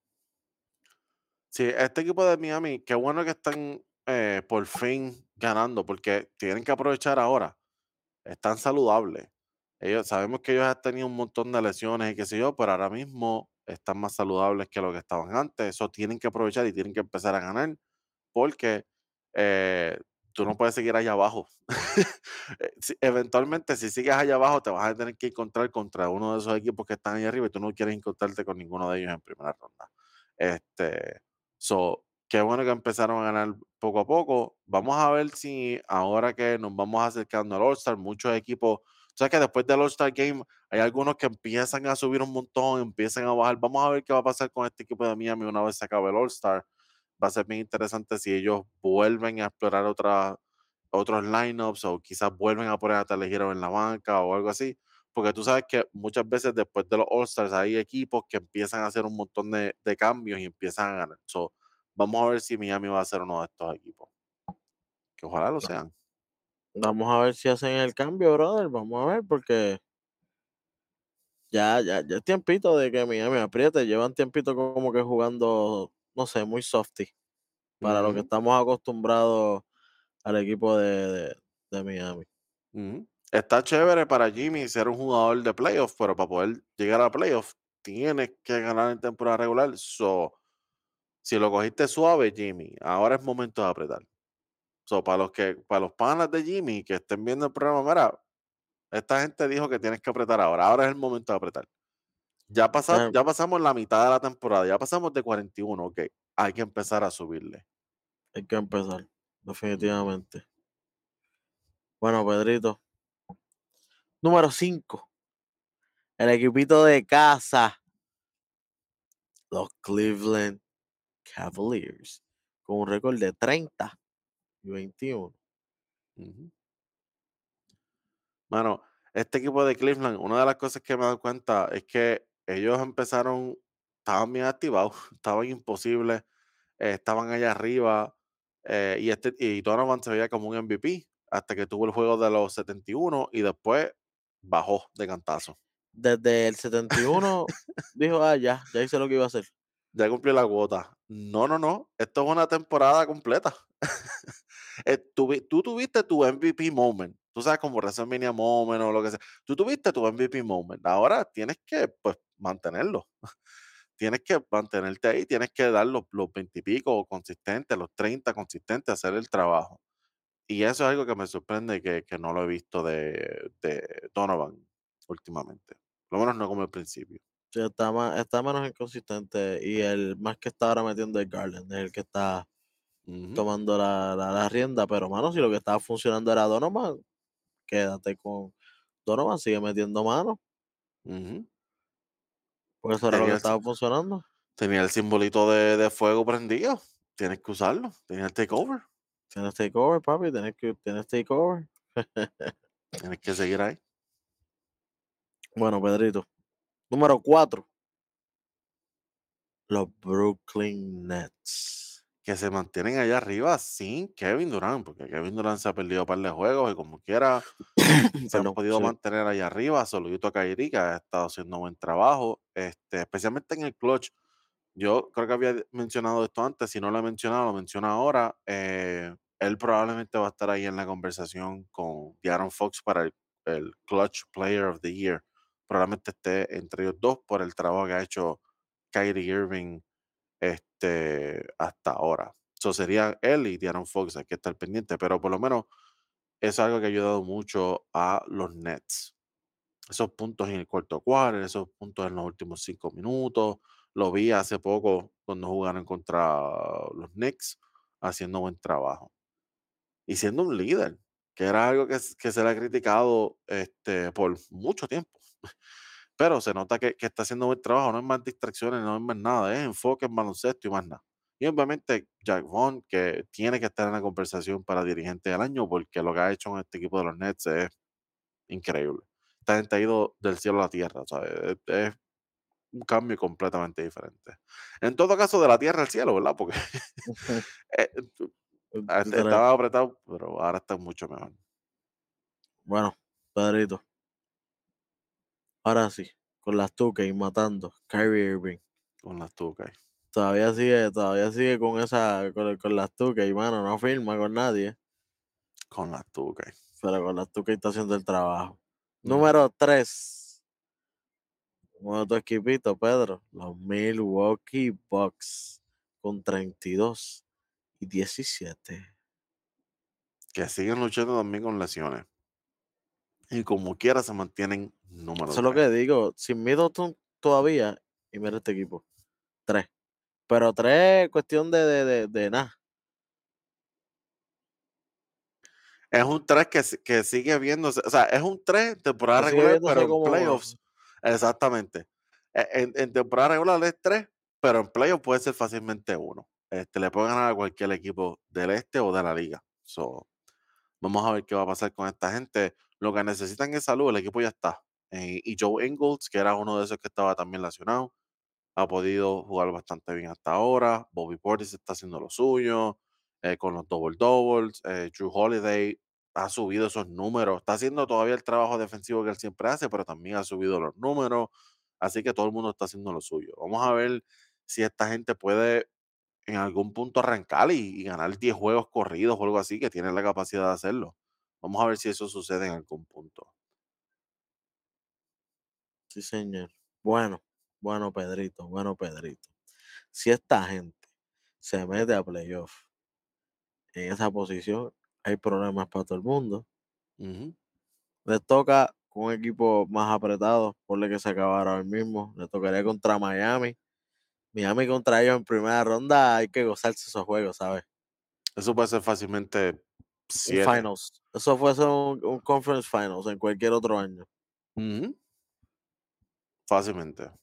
S2: Sí, este equipo de Miami, qué bueno que están por fin ganando, porque tienen que aprovechar ahora. Están saludables. Sabemos que ellos han tenido un montón de lesiones y qué sé yo, pero ahora mismo están más saludables que lo que estaban antes. Eso tienen que aprovechar y tienen que empezar a ganar, porque eh, tú no puedes seguir allá abajo. Eventualmente, si sigues allá abajo, te vas a tener que encontrar contra uno de esos equipos que están ahí arriba y tú no quieres encontrarte con ninguno de ellos en primera ronda. Qué bueno que empezaron a ganar poco a poco. Vamos a ver si ahora que nos vamos acercando al All-Star, muchos equipos, o sea que después del All-Star Game hay algunos que empiezan a subir un montón, empiezan a bajar. Vamos a ver qué va a pasar con este equipo de Miami una vez se acabe el All-Star. Va a ser bien interesante si ellos vuelven a explorar otros lineups o quizás vuelven a poner a Tyler Hero en la banca o algo así. Porque tú sabes que muchas veces después de los All-Stars hay equipos que empiezan a hacer un montón de cambios y empiezan a ganar. Vamos a ver si Miami va a ser uno de estos equipos, que ojalá lo sean.
S1: Vamos a ver si hacen el cambio, brother. Vamos a ver, porque ya es tiempito de que Miami apriete. Llevan tiempito como que jugando, no sé, muy softy para lo que
S2: Ujú,
S1: estamos acostumbrados al equipo de Miami.
S2: ujú. Está chévere para Jimmy ser un jugador de playoff, pero para poder llegar a playoff tienes que ganar en temporada regular. Si lo cogiste suave, Jimmy, ahora es momento de apretar. So, para los panas de Jimmy que estén viendo el programa, mira, esta gente dijo que tienes que apretar ahora. Ahora es el momento de apretar.
S1: Ya
S2: Ya pasamos la mitad de la temporada, ya pasamos de 41, okey, hay que empezar a subirle.
S1: hay que empezar,
S2: Ujú,
S1: definitivamente. Bueno, Pedrito, número 5, el equipito de casa, los Cleveland Cavaliers, con un récord de 30-21.
S2: ujú. Mano, este equipo de Cleveland, una de las cosas que me he dado cuenta es que ellos empezaron, estaban bien activados, estaban imposibles, estaban allá arriba, y Donovan se veía como un MVP hasta que tuvo el juego de los 71 y después bajó de cantazo.
S1: Desde el 71 dijo: "Ah, ya hice lo que iba a hacer".
S2: Ya cumplió la cuota. No, no, no. Esto es una temporada completa. Tú tuviste tu MVP moment. Tú sabes, como WrestleMania moment o lo que sea. Tú tuviste tu MVP moment. Ahora tienes que, pues, mantenerlo. Tienes que mantenerte ahí. Tienes que dar los 20 y pico consistentes, los 30 consistentes, hacer el trabajo. Y eso es algo que me sorprende que no lo he visto de Donovan últimamente. Por lo menos no como al principio.
S1: Sí, está menos inconsistente y el más que está ahora metiendo es Garland, es el que está
S2: Ujú,
S1: tomando la rienda, pero, mano, si lo que estaba funcionando era Donovan, quédate con Donovan, sigue metiendo mano,
S2: ujú.
S1: porque eso era lo que
S2: Tenía
S1: estaba funcionando.
S2: Tenía el simbolito de fuego prendido. Tienes que usarlo. Tenía el takeover.
S1: Tienes takeover, papi, tienes takeover.
S2: Tienes que seguir ahí.
S1: Bueno, Pedrito, número 4, los Brooklyn Nets.
S2: Que se mantienen allá arriba sin Kevin Durant, porque Kevin Durant se ha perdido un par de juegos y como quiera se han
S1: Perdón,
S2: podido
S1: sí,
S2: mantener allá arriba. Saludito a Kyrie, que ha estado haciendo buen trabajo, especialmente en el clutch. Yo creo que había mencionado esto antes, si no lo he mencionado, lo menciono ahora. Él probablemente va a estar ahí en la conversación con De'Aaron Fox para el Clutch Player of the Year. Probablemente esté entre ellos dos por el trabajo que ha hecho Kyrie Irving hasta ahora. Eso sería él y De'Aaron Fox, hay que estar pendiente, pero por lo menos es algo que ha ayudado mucho a los Nets. Esos puntos en el cuarto quarter, esos puntos en los últimos 5 minutos. Lo vi hace poco cuando jugaron contra los Knicks, haciendo buen trabajo. Y siendo un líder, que era algo que se le ha criticado por mucho tiempo. Pero se nota que está haciendo buen trabajo, no es más distracciones, no es más nada, es enfoque en baloncesto y más nada. Y obviamente Jack Vaughn, que tiene que estar en la conversación para dirigente del año, porque lo que ha hecho en este equipo de los Nets es increíble. Esta gente ha ido del cielo a la tierra, ¿sabes? Es un cambio completamente diferente. En todo caso, de la tierra al cielo, ¿verdad? Porque eh, tu-
S1: literal.
S2: estaba apretado, pero ahora está mucho mejor
S1: Bueno, Pedrito, ahora sí, con las tucas y matando, Kyrie Irving.
S2: con las tucas.
S1: Todavía sigue con las tucas y, mano, no firma con nadie,
S2: Con las tucas.
S1: pero con las tucas está haciendo el trabajo.
S2: Ujú.
S1: Número 3, uno de tu equipito, Pedro, los Milwaukee Bucks con 32-17.
S2: Que siguen luchando también con lesiones. Y como quiera se mantienen número
S1: Eso es lo
S2: 3.
S1: que digo, sin Middleton todavía, y mira este equipo, 3. Pero 3 cuestión de nada.
S2: Es un 3 que sigue viéndose, o sea, es un 3 temporada
S1: Que sigue
S2: regular, pero
S1: viéndose
S2: en
S1: como
S2: playoffs, exactamente. En temporada regular es 3, pero en playoffs puede ser fácilmente uno. Le puede ganar a cualquier equipo del este o de la liga. So, vamos a ver qué va a pasar con esta gente. Lo que necesitan es salud, el equipo ya está. Y Joe Ingles, que era uno de esos que estaba también lesionado, ha podido jugar bastante bien hasta ahora. Bobby Portis está haciendo lo suyo, con los double doubles. Drew Holiday ha subido esos números. Está haciendo todavía el trabajo defensivo que él siempre hace, pero también ha subido los números. Así que todo el mundo está haciendo lo suyo. Vamos a ver si esta gente puede en algún punto arrancar y ganar 10 juegos corridos o algo así, que tiene la capacidad de hacerlo. Vamos a ver si eso sucede en algún punto.
S1: sí, señor. Bueno, bueno, Pedrito. Si esta gente se mete a playoff en esa posición hay problemas para todo el mundo.
S2: Ujú.
S1: Les toca con un equipo más apretado, ponle que se acabara hoy mismo. Le tocaría contra Miami. Miami contra ellos en primera ronda, hay que gozarse esos juegos, ¿sabes?
S2: Eso puede ser fácilmente
S1: Un
S2: 7.
S1: finals. Eso fuese un conference finals en cualquier otro año.
S2: Ujú. Fácilmente.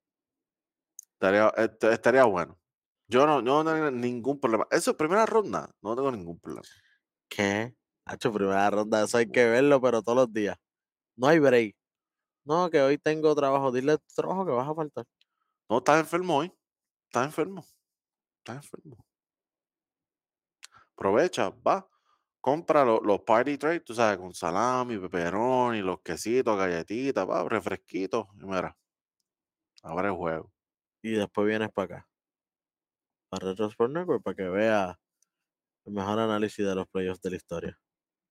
S2: Estaría bueno. Yo no tengo ningún problema. Eso, primera ronda, no tengo ningún problema.
S1: ¿Qué? Hacho, primera ronda, eso hay que verlo, pero todos los días. No hay break. No, que hoy tengo trabajo. Dile a tu trabajo que vas a faltar.
S2: No, estás enfermo hoy. Estás enfermo. Estás enfermo. Aprovecha, va. Compra los party trades, tú sabes, con salami, pepperoni, los quesitos, galletitas, va, refresquitos. Y mira, ahora el juego.
S1: Y después vienes para acá, para Retro Sport Network, para que veas el mejor análisis de los playoffs de la historia.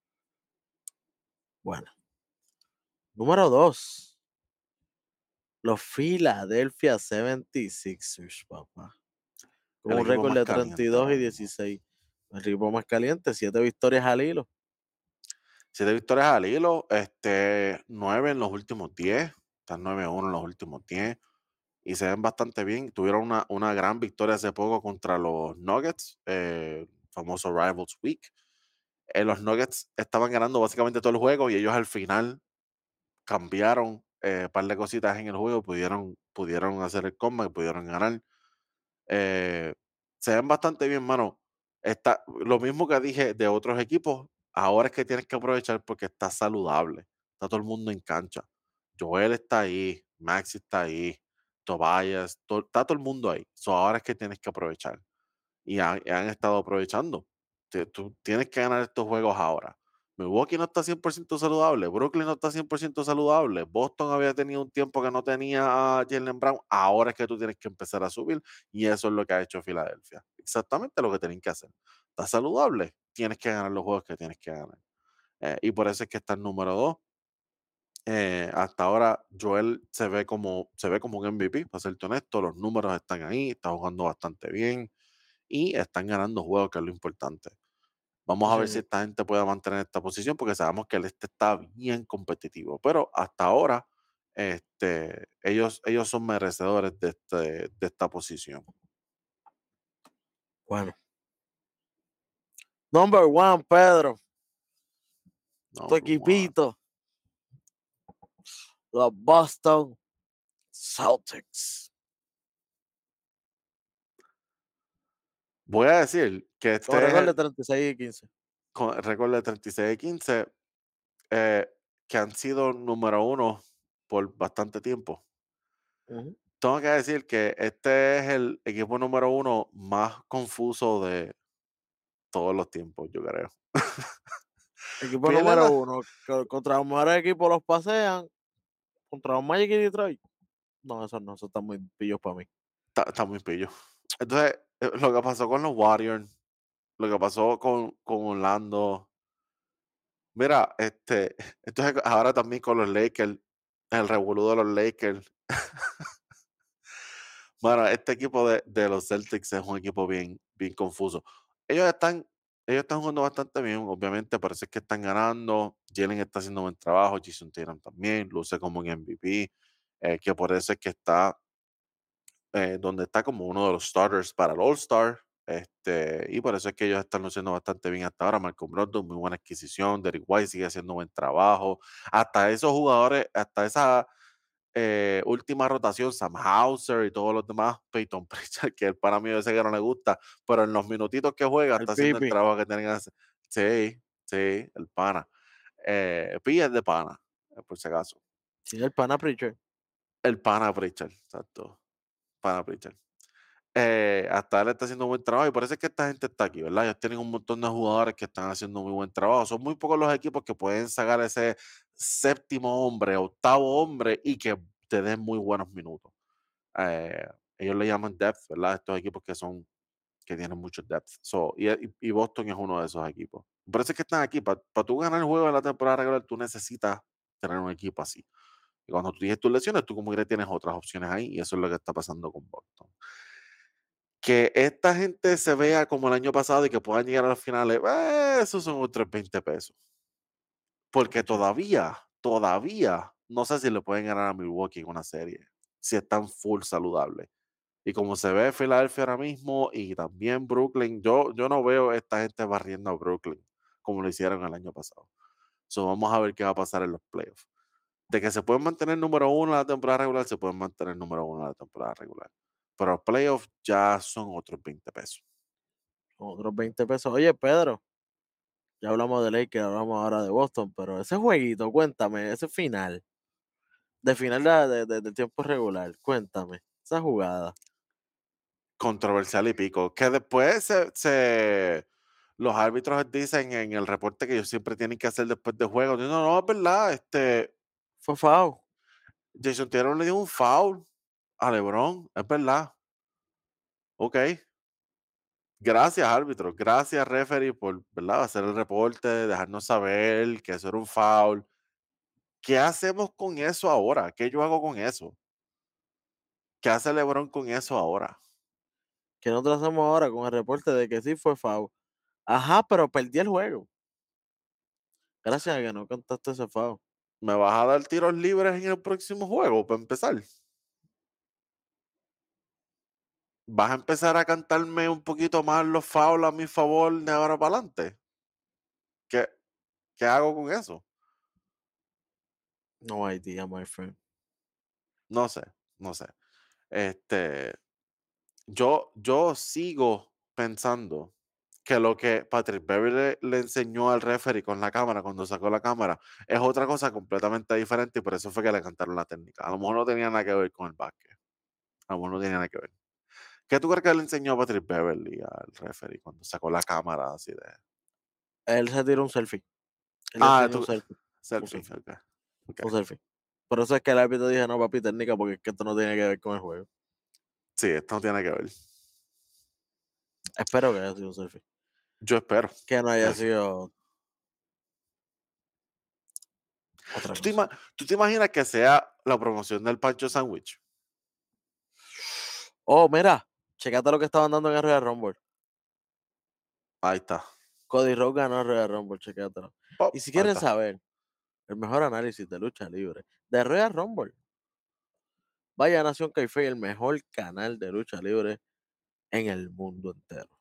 S1: Bueno, número 2. Los Philadelphia 76ers, papá. Con
S2: El
S1: un
S2: equipo
S1: récord
S2: más
S1: de
S2: caliente
S1: 32
S2: ahora
S1: y
S2: mismo.
S1: 16. El equipo más caliente, 7 victorias al hilo.
S2: 7 victorias al hilo, 9 en los últimos 10. Están 9-1 en los últimos 10. Y se ven bastante bien. Tuvieron una gran victoria hace poco contra los Nuggets, famoso Rivals Week. Los Nuggets estaban ganando básicamente todo el juego y ellos al final cambiaron un par de cositas en el juego, pudieron hacer el comeback, pudieron ganar. Eh, Se ven bastante bien, mano. Lo mismo que dije de otros equipos, ahora es que tienes que aprovechar porque está saludable. Está todo el mundo en cancha. Joel está ahí, Maxi está ahí, Tobias, está todo el mundo ahí. Ahora es que tienes que aprovechar y han estado aprovechando. Tú tienes que ganar estos juegos ahora. Milwaukee no está 100% saludable, Brooklyn no está 100% saludable, Boston había tenido un tiempo que no tenía a Jalen Brown, ahora es que tú tienes que empezar a subir y eso es lo que ha hecho Filadelfia. Exactamente lo que tienen que hacer. ¿Estás saludable? Tienes que ganar los juegos que tienes que ganar. Y por eso es que está el número 2. Hasta ahora Joel se ve como un MVP, para serte honesto, los números están ahí, está jugando bastante bien y están ganando juegos, que es lo importante. Vamos
S1: Sí,
S2: a ver si
S1: señor.
S2: esta gente puede mantener esta posición, porque sabemos que el este está bien competitivo, pero hasta ahora ellos son merecedores de esta posición.
S1: Bueno, number one, Pedro. Tu
S2: No, no,
S1: equipito, los Boston Celtics.
S2: voy a decir que
S1: Con
S2: este es
S1: récord de
S2: el
S1: 36 y 15.
S2: con el récord de 36-15, eh, que han sido número uno por bastante tiempo.
S1: Ujú.
S2: Tengo que decir que este es el equipo número uno más confuso de todos los tiempos, yo creo.
S1: Equipo
S2: Pierden
S1: número
S2: la,
S1: uno. Contra los mejores equipos los pasean. Contra los Magic y Detroit. No, eso está muy pillos para mí.
S2: está muy pillo. Entonces, lo que pasó con los Warriors, lo que pasó con Orlando, mira, entonces ahora también con los Lakers, el revolú de los Lakers. Bueno, este equipo de los Celtics es un equipo bien, bien confuso. Ellos están, ellos están jugando bastante bien, obviamente, parece que están ganando. Jalen está haciendo buen trabajo, Jason Tatum también, luce como un MVP, que por eso es que está donde está como uno de los starters para el All-Star. Y por eso es que ellos están luciendo bastante bien hasta ahora. Malcolm Brogdon, muy buena adquisición. Derrick White sigue haciendo buen trabajo. Hasta esos jugadores, hasta esa última rotación, Sam Hauser y todos los demás, Peyton Pritchard, que el para mí ese que no le gusta, pero en los minutitos que juega
S1: El
S2: está haciendo el
S1: Pipi.
S2: trabajo que tienen que hacer. Sí, sí, el pana. Pilla es de pana, por si acaso.
S1: Sí, el pana Pritchard.
S2: El pana Pritchard, exacto. Pana Pritchard. Hasta él está haciendo buen trabajo y por eso es que esta gente está aquí, ¿verdad? Ellos tienen un montón de jugadores que están haciendo muy buen trabajo. Son muy pocos los equipos que pueden sacar ese séptimo hombre, octavo hombre y que te den muy buenos minutos. Eh, Ellos le llaman depth, ¿verdad? Estos equipos que tienen mucho depth. Y Boston es uno de esos equipos. Por eso es que están aquí. Para tú ganar el juego de la temporada regular, tú necesitas tener un equipo así. Y cuando tú tienes tus lesiones, tú como que tienes otras opciones ahí y eso es lo que está pasando con Boston. Que esta gente se vea como el año pasado y que puedan llegar a las finales, esos son otros 20 pesos. Porque
S1: Oye,
S2: todavía, no sé si le pueden ganar a Milwaukee en una serie, si están full saludables. Y como se ve Filadelfia ahora mismo y también Brooklyn, yo no veo a esta gente barriendo a Brooklyn como lo hicieron el año pasado. So, vamos a ver qué va a pasar en los playoffs. De que se pueden mantener número uno en la temporada regular, se pueden mantener número uno en la temporada regular. Pero los playoffs ya son otros 20 pesos.
S1: otros 20 pesos. Oye, Pedro, ya hablamos de Lakers, hablamos ahora de Boston, pero ese jueguito, cuéntame, ese final, de final de tiempo regular, cuéntame, esa jugada.
S2: Controversial y pico. Que después los árbitros dicen en el reporte que ellos siempre tienen que hacer después de juego. No, no, es verdad.
S1: Fue foul.
S2: Jason Taylor le dio un foul a LeBron. Es verdad. Ok. Gracias, árbitro. Gracias, referee, por, ¿verdad? Hacer el reporte, dejarnos saber que eso era un foul. ¿Qué hacemos con eso ahora? ¿Qué yo hago con eso? ¿Qué hace LeBron con eso ahora?
S1: Que nosotros hacemos ahora con el reporte de que sí fue foul. Ajá, pero perdí el juego. Gracias a que no contaste ese foul.
S2: ¿Me vas a dar tiros libres en el próximo juego para empezar? ¿Vas a empezar a cantarme un poquito más los fouls a mi favor de ahora para adelante? ¿Qué, qué hago con eso?
S1: No idea, my friend.
S2: No sé, no sé. Este, yo sigo pensando que lo que Patrick Beverley le enseñó al referee con la cámara cuando sacó la cámara es otra cosa completamente diferente y por eso fue que le cantaron la técnica. A lo mejor no tenía nada que ver con el básquet. A lo mejor no tenía nada que ver. ¿Qué tú crees que le enseñó Patrick Beverley al referee cuando sacó la cámara así de...
S1: Él se tiró un selfie. Él le
S2: Ah,
S1: enseñó un
S2: tú,
S1: selfie. Un
S2: selfie,
S1: selfie.
S2: ok. Ok.
S1: Un selfie. Por eso es que el árbitro dije, no, papi, técnica, porque es que esto no tiene que ver con el juego.
S2: Sí, esto no tiene que ver.
S1: Espero que haya sido un selfie.
S2: Yo espero
S1: Que no haya
S2: eso.
S1: sido otra
S2: ¿Tú te,
S1: cosa.
S2: ima- tú te imaginas que sea la promoción del Pancho Sandwich?
S1: Oh, mira, checate lo que estaban dando en el Royal Rumble.
S2: Ahí está.
S1: Cody Rhodes ganó el Royal Rumble, checátelo. Y
S2: Pop,
S1: si
S2: ahí
S1: quieres
S2: está.
S1: saber el mejor análisis de lucha libre de Royal Rumble, vaya a Nación Kayfabe, el mejor canal de lucha libre en el mundo entero.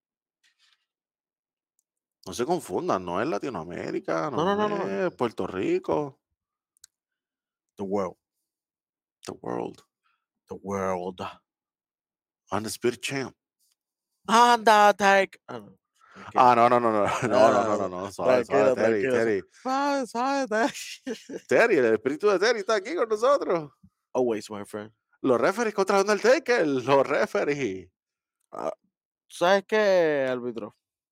S2: No se confundan, no es Latinoamérica,
S1: No, no,
S2: no
S1: no, no.
S2: es Puerto Rico.
S1: The world,
S2: The world.
S1: the world.
S2: Undisputed champ.
S1: Undertaker. Ah, no, tranquilo.
S2: Ah, no, no, no, no, no, no, no, no,
S1: Ah,
S2: no, suave, suave,
S1: tranquilo,
S2: Terry,
S1: tranquilo.
S2: Terry.
S1: Suave, suave.
S2: Terry, el espíritu de Terry está aquí con nosotros.
S1: Always, my friend.
S2: Los referees contra Undertaker, los referees.
S1: Ah, ¿sabes qué, árbitro?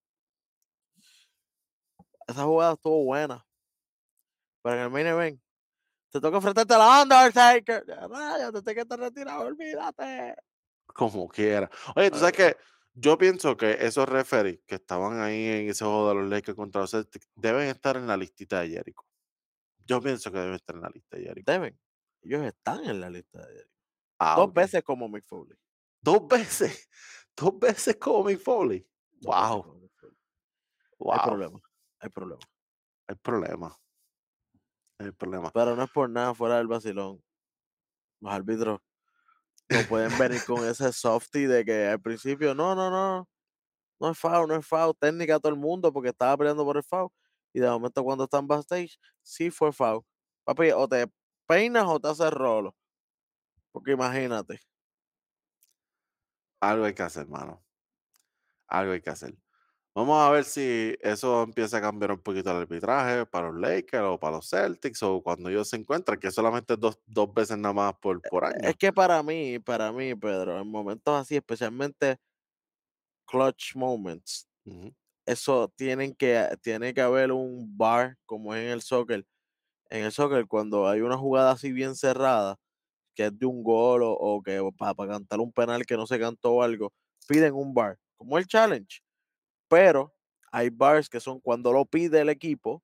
S1: Esa jugada estuvo buena, pero en el main event te toca enfrentarte a la Undertaker. Ya, rayos, te que te retirado, olvídate.
S2: Como quiera. Oye, tú sabes
S1: Ah,
S2: que yo pienso que esos referees que estaban ahí en ese juego de los Lakers contra los Celtics deben estar en la listita de Jericho. Yo pienso que deben estar en la lista de Jericho.
S1: deben. Ellos están en la lista de Jericho.
S2: Ah,
S1: Dos
S2: ok.
S1: veces como Mick Foley.
S2: 2 veces, 2 veces como Mick Foley.
S1: Dos veces
S2: Wow,
S1: como Mick Foley. Hay
S2: wow.
S1: problemas. Hay problemas.
S2: Hay problema, hay problema.
S1: Pero no es por nada fuera del vacilón. Los árbitros no pueden venir con ese softy de que al principio, no, no, no, no es foul, no es foul, técnica a todo el mundo porque estaba peleando por el foul. Y de momento cuando están backstage, sí fue foul. Papi, o te peinas o te haces rolo. Porque imagínate.
S2: Algo hay que hacer, mano. Algo hay que hacer. Vamos a ver si eso empieza a cambiar un poquito el arbitraje para los Lakers o para los Celtics o cuando ellos se encuentran, que solamente dos veces nada más por
S1: Es
S2: año.
S1: que para mí, Pedro, en momentos así, especialmente clutch moments,
S2: Ujú,
S1: eso tiene que haber un bar como es en el soccer. En el soccer, cuando hay una jugada así bien cerrada, que es de un gol o que para cantar un penal que no se cantó o algo, piden un bar, como el challenge. Pero hay bars que son cuando lo pide el equipo,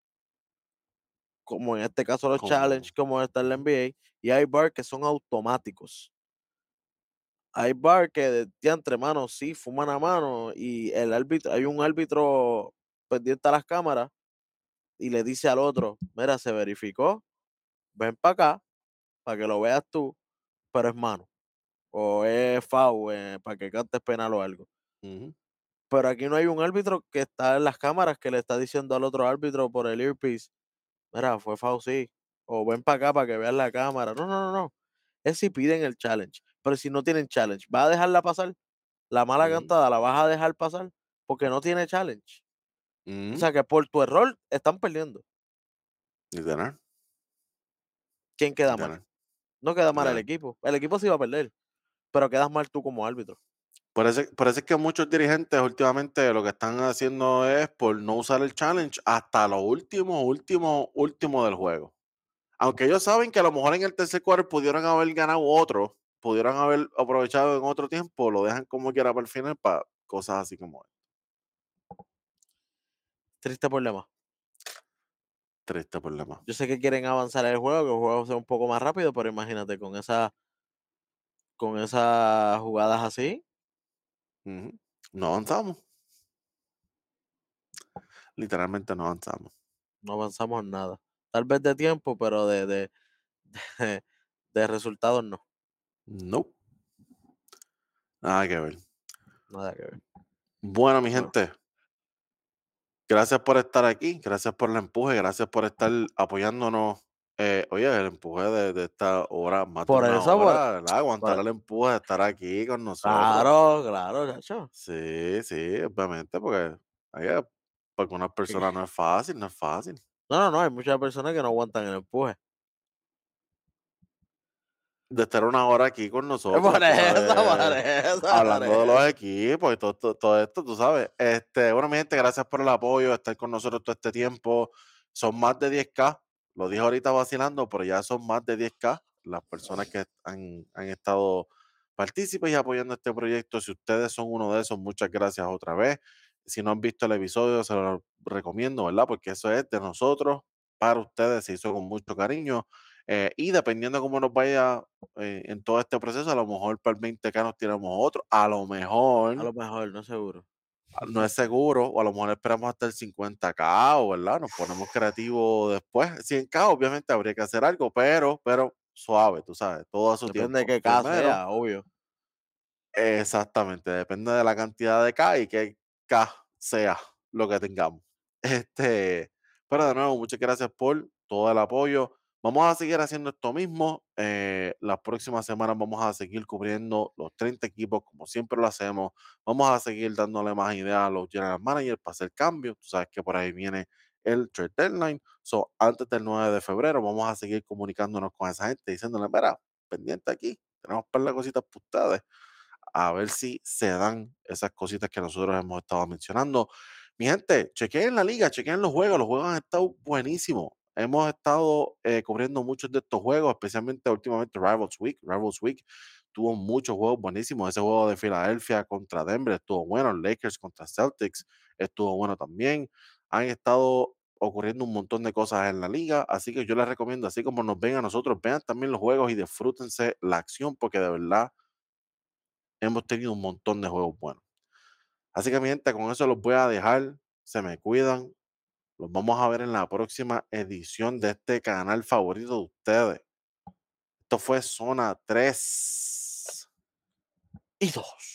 S1: como en este caso los challenge,
S2: como
S1: como está en la
S2: ujú.
S1: NBA, y hay bars que son automáticos. hay bar que diantre, mano, sí, fuman a mano y el árbitro hay un árbitro pendiente a las cámaras y le dice al otro: "Mira, se verificó, ven para acá, para que lo veas tú, pero es mano, o es foul, para que cantes penal o algo".
S2: Ujú,
S1: Pero aquí no hay un árbitro que está en las cámaras que le está diciendo al otro árbitro por el earpiece: "Mira, fue foul, sí, o ven para acá para que veas la cámara". No, no, no, no. Es si piden el challenge, pero si no tienen challenge, ¿vas a dejarla pasar? La mala
S2: ujú,
S1: cantada, ¿la vas a dejar pasar? Porque no tiene challenge. O
S2: ujú,
S1: sea que por tu error están perdiendo.
S2: literal,
S1: ¿Quién queda mal?
S2: literal,
S1: No queda mal el
S2: literal.
S1: equipo. El equipo sí va a perder, pero quedas mal tú como árbitro.
S2: Por eso es que muchos dirigentes últimamente lo que están haciendo es por no usar el challenge hasta lo último, último, último del juego. Aunque ellos saben que a lo mejor en el tercer cuarto pudieron haber ganado otro, pudieron haber aprovechado en otro tiempo, lo dejan como quiera para el final para cosas así como es.
S1: Triste problema.
S2: Triste problema.
S1: Yo sé que quieren avanzar el juego, que el juego sea un poco más rápido, pero imagínate con esas jugadas así,
S2: Ujú. No avanzamos, literalmente no avanzamos.
S1: no avanzamos en nada. Tal vez de tiempo, pero de resultados no,
S2: No, nada que ver.
S1: nada que ver.
S2: Bueno, mi
S1: Bueno,
S2: gente, gracias por estar aquí, gracias por el empuje, gracias por estar apoyándonos. Oye, el empuje de esta hora, más de
S1: por
S2: una
S1: eso,
S2: hora, ¿verdad? Aguantar
S1: por
S2: el empuje de estar aquí con nosotros.
S1: claro, claro, chacho.
S2: Sí, sí, obviamente, porque oye, para algunas personas no es fácil, no es fácil.
S1: No, no, no, hay muchas personas que no aguantan el empuje.
S2: De estar una hora aquí con nosotros,
S1: Por
S2: tú
S1: eso, por
S2: sabes,
S1: eso, por
S2: hablando de los
S1: eso.
S2: equipos y todo esto, tú sabes. Bueno, mi gente, gracias por el apoyo, de estar con nosotros todo este tiempo. Son más de 10K, lo dije ahorita vacilando, pero ya son más de 10K las personas que han estado partícipes y apoyando este proyecto. Si ustedes son uno de esos, muchas gracias otra vez. Si no han visto el episodio, se lo recomiendo, ¿verdad? Porque eso es de nosotros para ustedes, se hizo con mucho cariño. Y dependiendo de cómo nos vaya en todo este proceso, a lo mejor para el 20K nos tiramos otro, a lo
S1: A
S2: mejor,
S1: lo mejor, no seguro.
S2: no es seguro, o a lo mejor esperamos hasta el 50K, o ¿verdad? Nos ponemos creativos después. 100K, obviamente habría que hacer algo, pero suave, tú sabes, todo a su
S1: Depende de
S2: tiempo.
S1: qué caso
S2: Primero,
S1: sea, obvio.
S2: exactamente, depende de la cantidad de K y qué K sea lo que tengamos. Este, pero de nuevo, muchas gracias por todo el apoyo. Vamos a seguir haciendo esto mismo. Las próximas semanas vamos a seguir cubriendo los 30 equipos como siempre lo hacemos. Vamos a seguir dándole más ideas a los general managers para hacer cambios. Tú sabes que por ahí viene el trade deadline. So, antes del 9 de febrero vamos a seguir comunicándonos con esa gente diciéndole, mira, pendiente aquí, tenemos un par de cositas para ustedes a ver si se dan esas cositas que nosotros hemos estado mencionando. Mi gente, chequeen la liga, chequeen los juegos han estado buenísimos. Hemos estado cubriendo muchos de estos juegos, especialmente últimamente Rivals Week. Rivals Week tuvo muchos juegos buenísimos. Ese juego de Filadelfia contra Denver estuvo bueno, Lakers contra Celtics estuvo bueno también. Han estado ocurriendo un montón de cosas en la liga, así que yo les recomiendo, así como nos ven a nosotros, vean también los juegos y disfrútense la acción, porque de verdad hemos tenido un montón de juegos buenos. Así que, mi gente, con eso los voy a dejar. Se me cuidan. Los vamos a ver en la próxima edición de este canal favorito de ustedes. Esto fue Zona 3.
S1: Y dos.